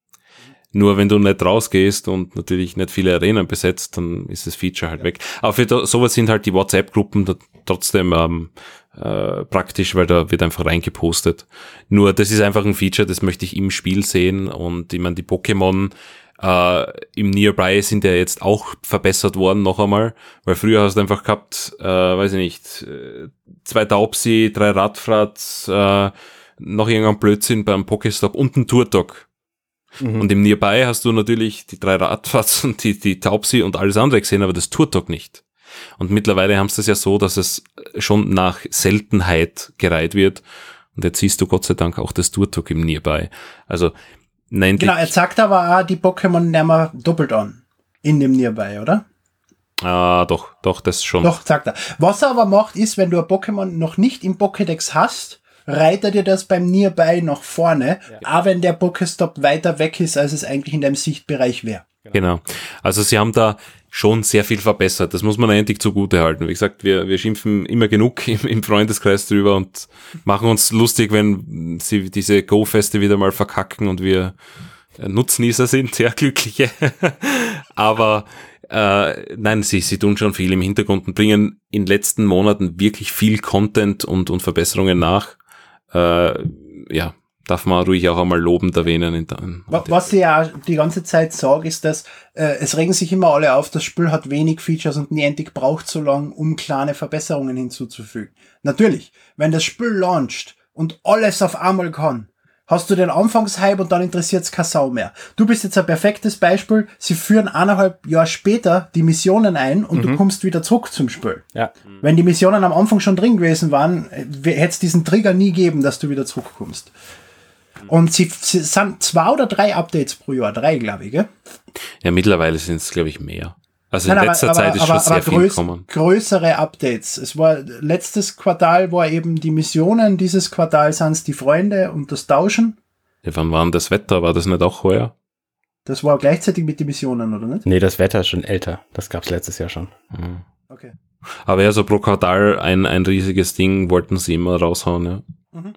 Nur wenn du nicht rausgehst und natürlich nicht viele Arenen besetzt, dann ist das Feature halt weg. Aber für sowas sind halt die WhatsApp-Gruppen trotzdem ähm, äh, praktisch, weil da wird einfach reingepostet. Nur das ist einfach ein Feature, das möchte ich im Spiel sehen und ich meine, die Pokémon äh, im Nearby sind ja jetzt auch verbessert worden noch einmal, weil früher hast du einfach gehabt, äh, weiß ich nicht, äh, zwei Taubsi, drei Radfrats, äh, noch irgendein Blödsinn beim Pokéstop und ein Turtok. Mhm. Und im Nearby hast du natürlich die drei Radfahrs und die, die Taubsi und alles andere gesehen, aber das Turtok nicht. Und mittlerweile haben sie das ja so, dass es schon nach Seltenheit gereiht wird. Und jetzt siehst du Gott sei Dank auch das Turtok im Nearby. Also, nein. Genau, er sagt aber auch, die Pokémon nehmen wir doppelt an. In dem Nearby, oder? Ah, doch, doch, das schon. Doch, sagt er. Was er aber macht, ist, wenn du ein Pokémon noch nicht im Pokédex hast, reitet dir das beim Nearby nach vorne, ja. Auch wenn der Pokestop weiter weg ist, als es eigentlich in deinem Sichtbereich wäre. Genau. Also sie haben da schon sehr viel verbessert. Das muss man eigentlich zugute halten. Wie gesagt, wir, wir schimpfen immer genug im, im Freundeskreis drüber und machen uns lustig, wenn sie diese Go-Feste wieder mal verkacken und wir Nutznießer sind, sehr glückliche. Aber äh, nein, sie, sie tun schon viel im Hintergrund und bringen in den letzten Monaten wirklich viel Content und, und Verbesserungen nach. Äh, ja, darf man ruhig auch einmal lobend erwähnen. In der, in Was ich ja die ganze Zeit sage, ist, dass äh, es regen sich immer alle auf, das Spiel hat wenig Features und Niantic braucht so lang, um kleine Verbesserungen hinzuzufügen. Natürlich, wenn das Spiel launcht und alles auf einmal kann, hast du den Anfangshype und dann interessiert es keine Sau mehr. Du bist jetzt ein perfektes Beispiel. Sie führen eineinhalb Jahre später die Missionen ein und mhm. du kommst wieder zurück zum Spiel. Ja. Wenn die Missionen am Anfang schon drin gewesen waren, hätte es diesen Trigger nie gegeben, dass du wieder zurückkommst. Und sie, sie sind zwei oder drei Updates pro Jahr. Drei, glaube ich, gell? Ja, mittlerweile sind es, glaube ich, mehr. Also Nein, in letzter aber, Zeit aber, ist aber, schon aber sehr größ, viel gekommen. Größere Updates. Es war, letztes Quartal war eben die Missionen, dieses Quartal sind es die Freunde und das Tauschen. Ja, wann war denn das Wetter? War das nicht auch heuer? Das war gleichzeitig mit den Missionen, oder nicht? Nee, das Wetter ist schon älter. Das gab's letztes Jahr schon. Mhm. Okay. Aber ja, so pro Quartal ein, ein riesiges Ding wollten sie immer raushauen, ja. Mhm.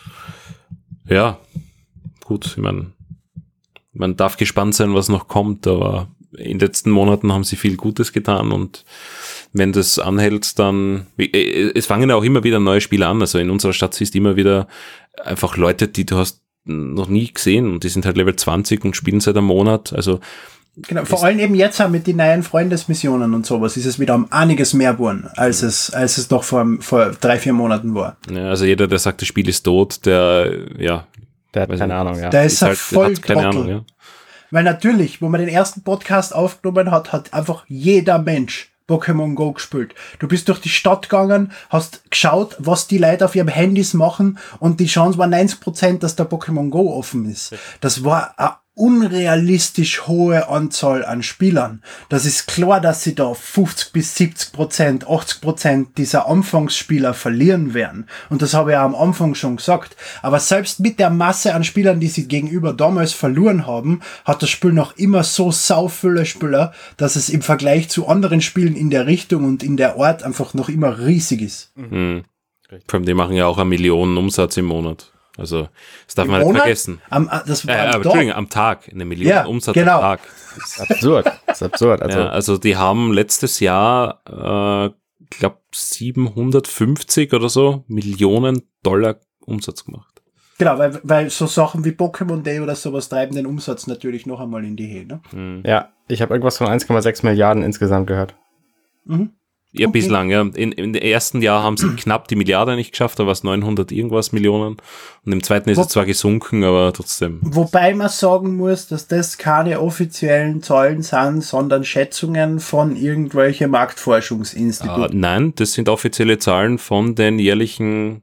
Ja, gut, ich meine, man darf gespannt sein, was noch kommt, aber in den letzten Monaten haben sie viel Gutes getan und wenn das anhält, dann, es fangen ja auch immer wieder neue Spiele an, also in unserer Stadt siehst du immer wieder einfach Leute, die du hast noch nie gesehen und die sind halt Level zwanzig und spielen seit einem Monat, also genau, vor allem eben jetzt auch mit den neuen Freundesmissionen und sowas ist es wieder um einiges mehr geworden, als es, als es noch vor, vor drei, vier Monaten war. Ja, also jeder, der sagt, das Spiel ist tot, der, ja, der hat keine Ahnung, ja. Der ist, ist halt voll keine Ahnung, ja. Weil natürlich, wo man den ersten Podcast aufgenommen hat, hat einfach jeder Mensch Pokémon Go gespielt. Du bist durch die Stadt gegangen, hast geschaut, was die Leute auf ihrem Handys machen und die Chance war neunzig Prozent, dass der Pokémon Go offen ist. Das war eine unrealistisch hohe Anzahl an Spielern. Das ist klar, dass sie da fünfzig bis siebzig Prozent, achtzig Prozent dieser Anfangsspieler verlieren werden. Und das habe ich auch am Anfang schon gesagt. Aber selbst mit der Masse an Spielern, die sie gegenüber damals verloren haben, hat das Spiel noch immer so sau viele Spieler, dass es im Vergleich zu anderen Spielen in der Richtung und in der Art einfach noch immer riesig ist. Mhm. Vor allem, die machen ja auch eine Million Umsatz im Monat. Also, das darf Im man nicht Monat? vergessen. Am, das war Äh, am aber, Tag. Entschuldigung, am Tag. Eine Million Ja, Umsatz genau. am Tag. Das ist absurd. Das ist absurd. Also, Ja, also die haben letztes Jahr, äh, glaube siebenhundertfünfzig oder so Millionen Dollar Umsatz gemacht. Genau, weil, weil so Sachen wie Pokémon Day oder sowas treiben den Umsatz natürlich noch einmal in die Höhe. Ne? Mhm. ja, ich habe irgendwas von eins Komma sechs Milliarden insgesamt gehört. Mhm. Ja, Okay. bislang, ja. In, in dem ersten Jahr haben sie knapp die Milliarde nicht geschafft, da war es neunhundert irgendwas Millionen. Und im zweiten ist Wo- es zwar gesunken, aber trotzdem. Wobei man sagen muss, dass das keine offiziellen Zahlen sind, sondern Schätzungen von irgendwelchen Äh, Marktforschungsinstituten. nein, das sind offizielle Zahlen von den jährlichen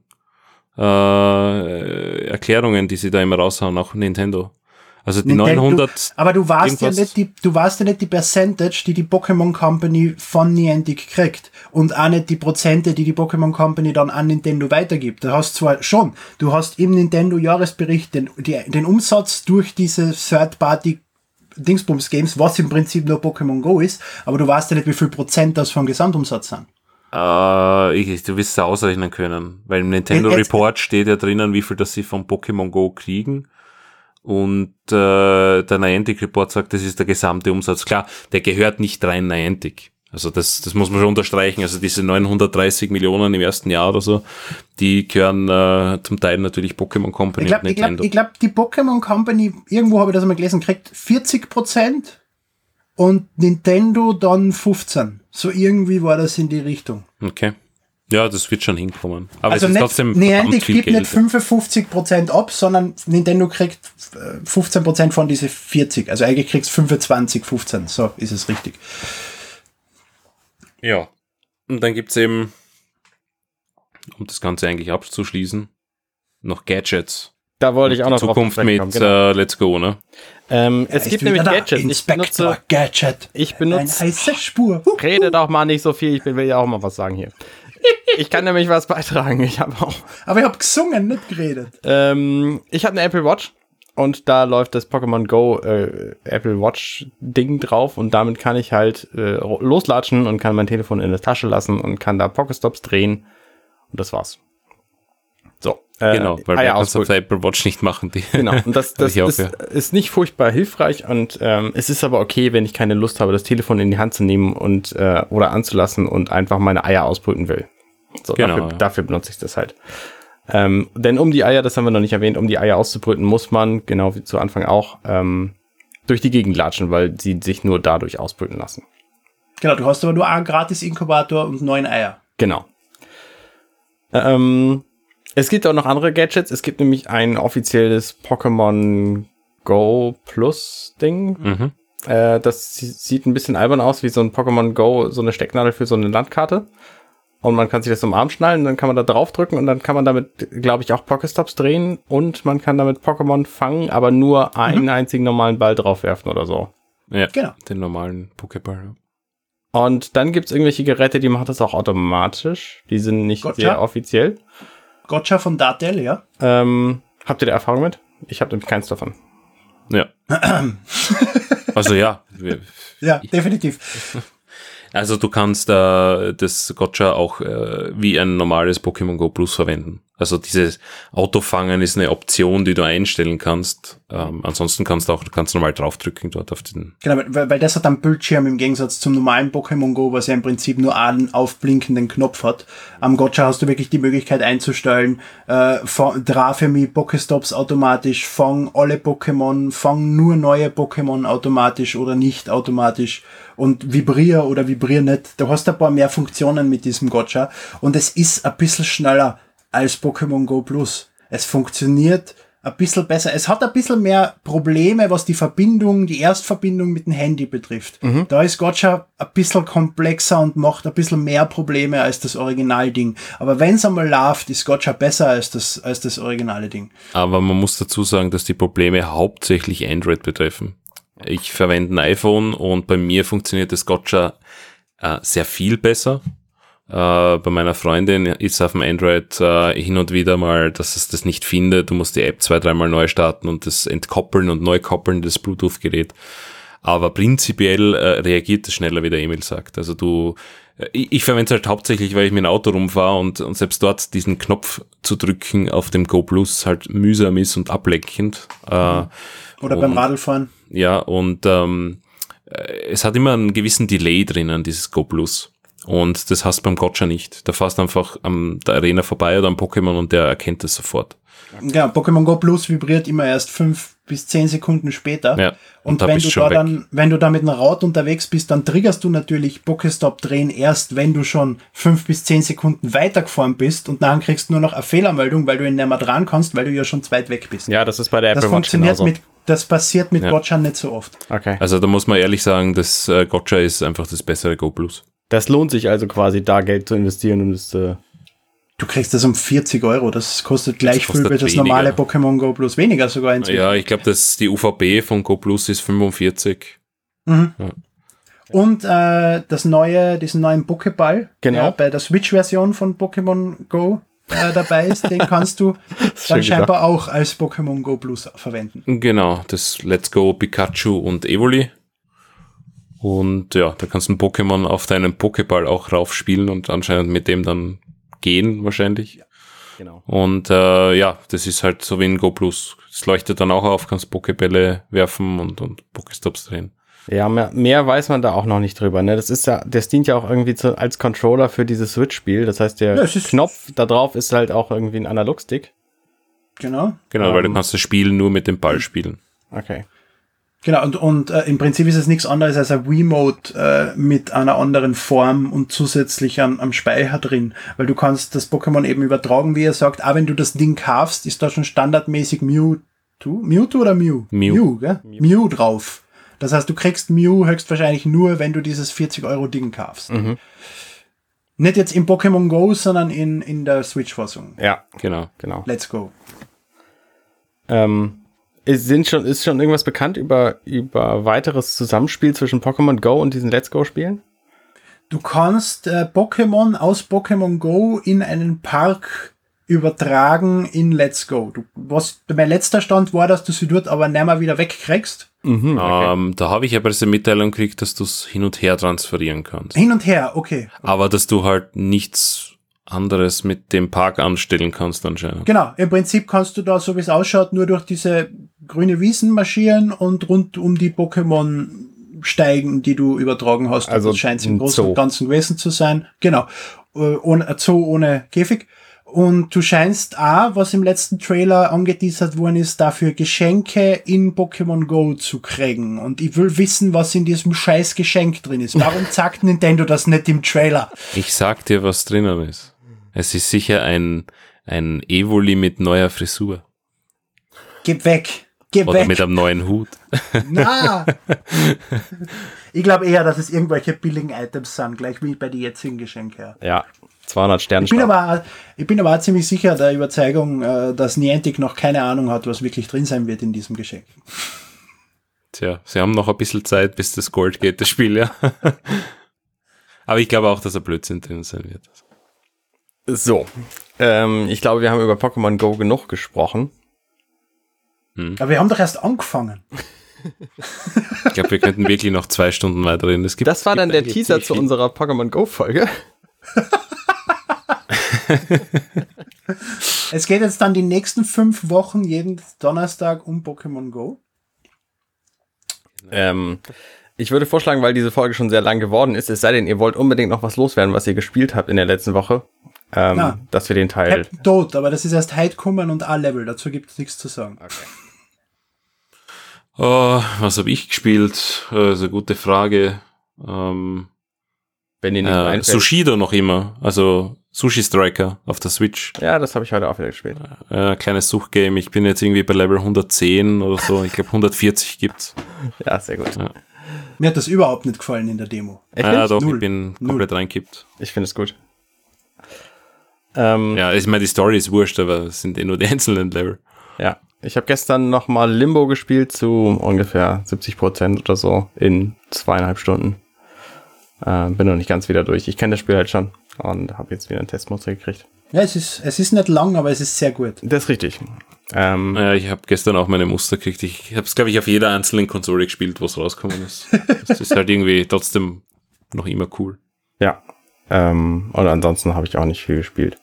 äh, Erklärungen, die sie da immer raushauen, auch Nintendo. Also die Nintendo- neunhundert. Aber du weißt ja irgendwas- nicht die, du weißt ja nicht die Percentage, die die Pokémon Company von Niantic kriegt und auch nicht die Prozente, die die Pokémon Company dann an Nintendo weitergibt. Du hast zwar schon, du hast im Nintendo Jahresbericht den, die, den Umsatz durch diese Third-Party Dingsbums Games, was im Prinzip nur Pokémon Go ist, aber du weißt ja nicht, wie viel Prozent das vom Gesamtumsatz sind. Äh, ich, du wirst es ausrechnen können, weil im Nintendo Jetzt- Report steht ja drinnen, wie viel das sie von Pokémon Go kriegen. Und äh, der Niantic Report sagt, das ist der gesamte Umsatz. Klar, der gehört nicht rein Niantic. Also das, das muss man schon unterstreichen. Also diese neunhundertdreißig Millionen im ersten Jahr oder so, die gehören äh, zum Teil natürlich Pokémon Company Ich glaube, und ich glaub, Nintendo. ich glaub, die Pokémon Company, irgendwo habe ich das mal gelesen, kriegt vierzig Prozent und Nintendo dann fünfzehn. So irgendwie war das in die Richtung. Okay. Ja, das wird schon hinkommen. Aber Also es ist nicht, trotzdem verdammt Niantic viel gibt Geld. nicht fünfundfünfzig Prozent ab, sondern Nintendo kriegt äh, fünfzehn Prozent von diese vierzig. Also eigentlich kriegst du fünfundzwanzig, fünfzehn. So ist es richtig. Ja. Und dann gibt's eben, um das Ganze eigentlich abzuschließen, noch Gadgets. Da wollte ich auch noch Die Zukunft drauf mit sprechen kommen, genau. äh, Let's Go, ne? ähm, es Ist gibt wieder nämlich da. Gadgets. Ich Inspector benutze, Gadget. ich Eine benutze, heiße Spur. Huh. rede doch mal nicht so viel, ich will ja auch mal was sagen hier. Ich kann nämlich was beitragen. Ich habe auch, Aber ich habe gesungen, nicht geredet. ähm, ich habe eine Apple Watch und da läuft das Pokémon Go äh, Apple Watch Ding drauf und damit kann ich halt äh, loslatschen und kann mein Telefon in der Tasche lassen und kann da Pokestops drehen und das war's. So. Äh, Genau, weil Eier wir kannst auf ausbrüten. der Apple Watch nicht machen. Die Genau, und das, Hab das ich auch, ist, ja. ist nicht furchtbar hilfreich und ähm, es ist aber okay, wenn ich keine Lust habe, das Telefon in die Hand zu nehmen und äh, oder anzulassen und einfach meine Eier ausbrüten will. So, Genau, dafür, ja. dafür benutze ich das halt. Ähm, denn um die Eier, das haben wir noch nicht erwähnt, um die Eier auszubrüten, muss man, genau wie zu Anfang auch, ähm, durch die Gegend latschen, weil sie sich nur dadurch ausbrüten lassen. Genau, du hast aber nur einen Gratis-Inkubator und neun Eier. Genau. Ähm, es gibt auch noch andere Gadgets. Es gibt nämlich ein offizielles Pokémon Go Plus Ding. Mhm. Äh, das sie- sieht ein bisschen albern aus, wie so ein Pokémon Go, so eine Stecknadel für so eine Landkarte. Und man kann sich das um den Arm schnallen, dann kann man da draufdrücken und dann kann man damit, glaube ich, auch Pokestops drehen und man kann damit Pokémon fangen, aber nur einen Mhm. einzigen normalen Ball draufwerfen oder so. Ja, Genau. den normalen Pokéball. Ja. Und dann gibt's irgendwelche Geräte, die machen das auch automatisch. Die sind nicht Gotcha. sehr offiziell. Gotcha von Dartel, ja. Ähm, habt ihr da Erfahrung mit? Ich habe nämlich keins davon. Ja. Also ja, wir, Ja, definitiv. also du kannst äh, das Gotcha auch äh, wie ein normales Pokémon Go Plus verwenden. Also dieses Autofangen ist eine Option, die du einstellen kannst. Ähm, ansonsten kannst du auch ganz normal draufdrücken dort auf den. Genau, weil, weil das hat einen Bildschirm im Gegensatz zum normalen Pokémon Go, was ja im Prinzip nur einen aufblinkenden Knopf hat. Am Gotcha hast du wirklich die Möglichkeit einzustellen, äh, fang- drauf für mich Pokestops automatisch, fang alle Pokémon, fang nur neue Pokémon automatisch oder nicht automatisch und vibrier oder vibrier nicht. Du hast ein paar mehr Funktionen mit diesem Gotcha und es ist ein bisschen schneller als Pokémon Go Plus. Es funktioniert ein bisschen besser. Es hat ein bisschen mehr Probleme, was die Verbindung, die Erstverbindung mit dem Handy betrifft. Mhm. Da ist Gotcha ein bisschen komplexer und macht ein bisschen mehr Probleme als das Originalding. Aber wenn es einmal läuft, ist Gotcha besser als das, als das originale Ding. Aber man muss dazu sagen, dass die Probleme hauptsächlich Android betreffen. Ich verwende ein iPhone und bei mir funktioniert das Gotcha äh, sehr viel besser. Uh, bei meiner Freundin ist auf dem Android uh, hin und wieder mal, dass es das nicht findet. Du musst die App zwei, dreimal neu starten und das entkoppeln und neu koppeln, das Bluetooth-Gerät. Aber prinzipiell uh, reagiert es schneller, wie der Emil sagt. Also du, uh, ich, ich verwende es halt hauptsächlich, weil ich mit dem Auto rumfahre und, und selbst dort diesen Knopf zu drücken auf dem Go Plus halt mühsam ist und ablenkend. Uh, Oder und, beim Radlfahren. Ja, und um, es hat immer einen gewissen Delay drinnen, dieses Go Plus. Und das hast du beim Gotcha nicht. Da fährst du einfach an der Arena vorbei oder am Pokémon und der erkennt das sofort. Ja, Pokémon Go Plus vibriert immer erst fünf bis zehn Sekunden später. Ja, und und da wenn du da dann, wenn du da mit einem Rad unterwegs bist, dann triggerst du natürlich Pokéstop drehen erst, wenn du schon fünf bis zehn Sekunden weitergefahren bist und dann kriegst du nur noch eine Fehlermeldung, weil du ihn nicht mehr dran kannst, weil du ja schon zu weit weg bist. Ja, das ist bei der Apple das Watch funktioniert genauso. mit, das passiert mit ja. Gotcha nicht so oft. Okay. Also da muss man ehrlich sagen, das äh, Gotcha ist einfach das bessere Go Plus. Das lohnt sich also quasi, da Geld zu investieren und es äh Du kriegst das um vierzig Euro, das kostet gleich das kostet viel wie das weniger. normale Pokémon Go Plus, weniger sogar inzwischen. Ja, ich glaube, dass die U V B von Go Plus ist fünfundvierzig. Mhm. Ja. Und äh, das neue, diesen neuen Pokéball, genau. der bei der Switch-Version von Pokémon Go äh, dabei ist, den kannst du dann scheinbar auch als Pokémon Go Plus verwenden. Genau, das Let's Go Pikachu und Evoli. Und ja, da kannst du ein Pokémon auf deinen Pokéball auch raufspielen und anscheinend mit dem dann gehen wahrscheinlich. Genau. Und äh, ja, das ist halt so wie ein Go Plus. Es leuchtet dann auch auf, kannst Pokébälle werfen und, und Pokéstops drehen. Ja, mehr, mehr weiß man da auch noch nicht drüber. Ne? Das ist ja, das dient ja auch irgendwie zu, als Controller für dieses Switch-Spiel. Das heißt, der ja, Knopf da drauf ist halt auch irgendwie ein Analogstick. Genau. Genau, um, weil du kannst das Spiel nur mit dem Ball spielen. Okay. Genau, und, und äh, im Prinzip ist es nichts anderes als ein Wiimote äh, mit einer anderen Form und zusätzlich am, am Speicher drin, weil du kannst das Pokémon eben übertragen, wie er sagt, auch wenn du das Ding kaufst, ist da schon standardmäßig Mewtwo, Mewtwo oder Mew? Mew. Mew, gell? Mew. Mew drauf. Das heißt, du kriegst Mew höchstwahrscheinlich nur, wenn du dieses vierzig Euro Ding kaufst. Mhm. Nicht jetzt im Pokémon Go, sondern in, in der Switch-Fassung. Ja, genau. genau. Let's go. Ähm, ist, sind schon, ist schon irgendwas bekannt über, über weiteres Zusammenspiel zwischen Pokémon Go und diesen Let's Go-Spielen? Du kannst äh, Pokémon aus Pokémon Go in einen Park übertragen in Let's Go. Du, was mein letzter Stand war, dass du sie dort aber nicht mehr wieder wegkriegst. Mhm, okay. ähm, da habe ich aber diese Mitteilung gekriegt, dass du es hin und her transferieren kannst. Hin und her, okay. Aber dass du halt nichts anderes mit dem Park anstellen kannst anscheinend. Genau, im Prinzip kannst du da, so wie es ausschaut, nur durch diese grüne Wiesen marschieren und rund um die Pokémon steigen, die du übertragen hast. Also das scheint im ein Großen Zoo. und Ganzen gewesen zu sein. Genau, äh, ohne, ein Zoo ohne Käfig. Und du scheinst auch, was im letzten Trailer angeteasert worden ist, dafür Geschenke in Pokémon Go zu kriegen. Und ich will wissen, was in diesem scheiß Geschenk drin ist. Warum sagt Nintendo das nicht im Trailer? Ich sag dir, was drinnen ist. Es ist sicher ein, ein Evoli mit neuer Frisur. Geh weg. Geh Oder weg. mit einem neuen Hut. Na! Ich glaube eher, dass es irgendwelche billigen Items sind, gleich wie bei den jetzigen Geschenken. Ja. Ja, zweihundert Sterne. Ich bin, aber, ich bin aber auch ziemlich sicher der Überzeugung, äh, dass Niantic noch keine Ahnung hat, was wirklich drin sein wird in diesem Geschenk. Tja, sie haben noch ein bisschen Zeit, bis das Gold geht, das Spiel, ja. Aber ich glaube auch, dass ein Blödsinn drin sein wird. So, ähm, ich glaube, wir haben über Pokémon Go genug gesprochen. Aber wir haben doch erst angefangen. Ich glaube, wir könnten wirklich noch zwei Stunden weiterreden. Es gibt, Das war gibt dann der eigentlich Teaser ziemlich zu viel. unserer Pokémon Go-Folge. Es geht jetzt dann die nächsten fünf Wochen jeden Donnerstag um Pokémon Go. Ähm, ich würde vorschlagen, weil diese Folge schon sehr lang geworden ist, es sei denn, ihr wollt unbedingt noch was loswerden, was ihr gespielt habt in der letzten Woche, ähm, Na. dass wir den Teil... Captain Toad, aber das ist erst heute kommen und A-Level, dazu gibt es nichts zu sagen. Okay. Oh, was habe ich gespielt? Äh, ist eine gute Frage. Ähm, Wenn ihr nicht äh, einfällt. Sushido noch immer. Also Sushi Striker auf der Switch. Ja, das habe ich heute auch wieder gespielt. Äh, kleines Suchgame. Ich bin jetzt irgendwie bei Level hundertzehn oder so. Ich glaube hundertvierzig gibt's. Ja, sehr gut. Ja. Mir hat das überhaupt nicht gefallen in der Demo. Echt Ja, nicht? doch, Null. ich bin komplett reingekippt. Ich finde es gut. Ähm, Ja, ich meine, die Story ist wurscht, aber es sind eh nur die einzelnen Level. Ja, ich habe gestern noch mal Limbo gespielt zu ungefähr siebzig Prozent oder so in zweieinhalb Stunden. Äh, bin noch nicht ganz wieder durch. Ich kenne das Spiel halt schon und habe jetzt wieder einen Testmuster gekriegt. Ja, es ist, es ist nicht lang, aber es ist sehr gut. Das ist richtig. Ähm, Ja, ich habe gestern auch meine Muster gekriegt. Ich habe es, glaube ich, auf jeder einzelnen Konsole gespielt, wo es rausgekommen ist. Das ist halt irgendwie trotzdem noch immer cool. ja. Ähm, und ansonsten habe ich auch nicht viel gespielt.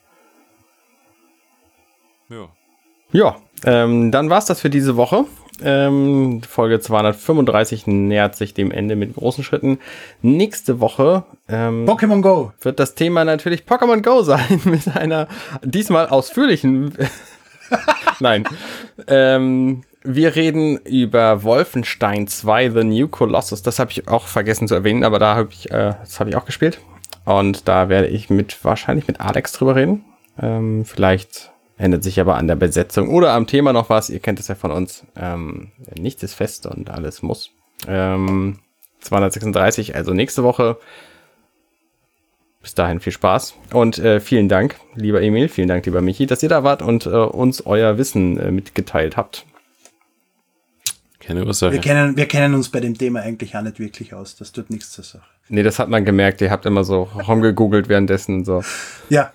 Ja. Ja, ähm, dann war's das für diese Woche. Ähm, Folge zweihundertfünfunddreißig nähert sich dem Ende mit großen Schritten. Nächste Woche ähm, Pokémon Go. wird das Thema natürlich Pokémon Go sein, mit einer diesmal ausführlichen... Nein. Ähm, wir reden über Wolfenstein zwei, The New Colossus. Das habe ich auch vergessen zu erwähnen, aber da habe ich, äh, das habe ich auch gespielt. Und da werde ich mit wahrscheinlich mit Alex drüber reden. Ähm, vielleicht ändert sich aber an der Besetzung oder am Thema noch was. Ihr kennt es ja von uns. Ähm, nichts ist fest und alles muss. Ähm, zweihundertsechsunddreißig, also nächste Woche. Bis dahin viel Spaß und äh, vielen Dank, lieber Emil, vielen Dank, lieber Michi, dass ihr da wart und äh, uns euer Wissen äh, mitgeteilt habt. Keine Ursache. Wir kennen, wir kennen uns bei dem Thema eigentlich auch nicht wirklich aus. Das tut nichts zur Sache. Nee, das hat man gemerkt. Ihr habt immer so rumgegoogelt währenddessen und so. Ja.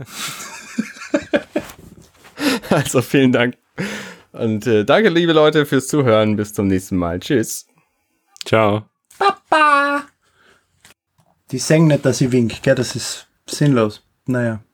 Also vielen Dank. Und äh, danke, liebe Leute, fürs Zuhören. Bis zum nächsten Mal. Tschüss. Ciao. Papa! Die sagen nicht, dass ich wink, gell? Das ist sinnlos. Naja.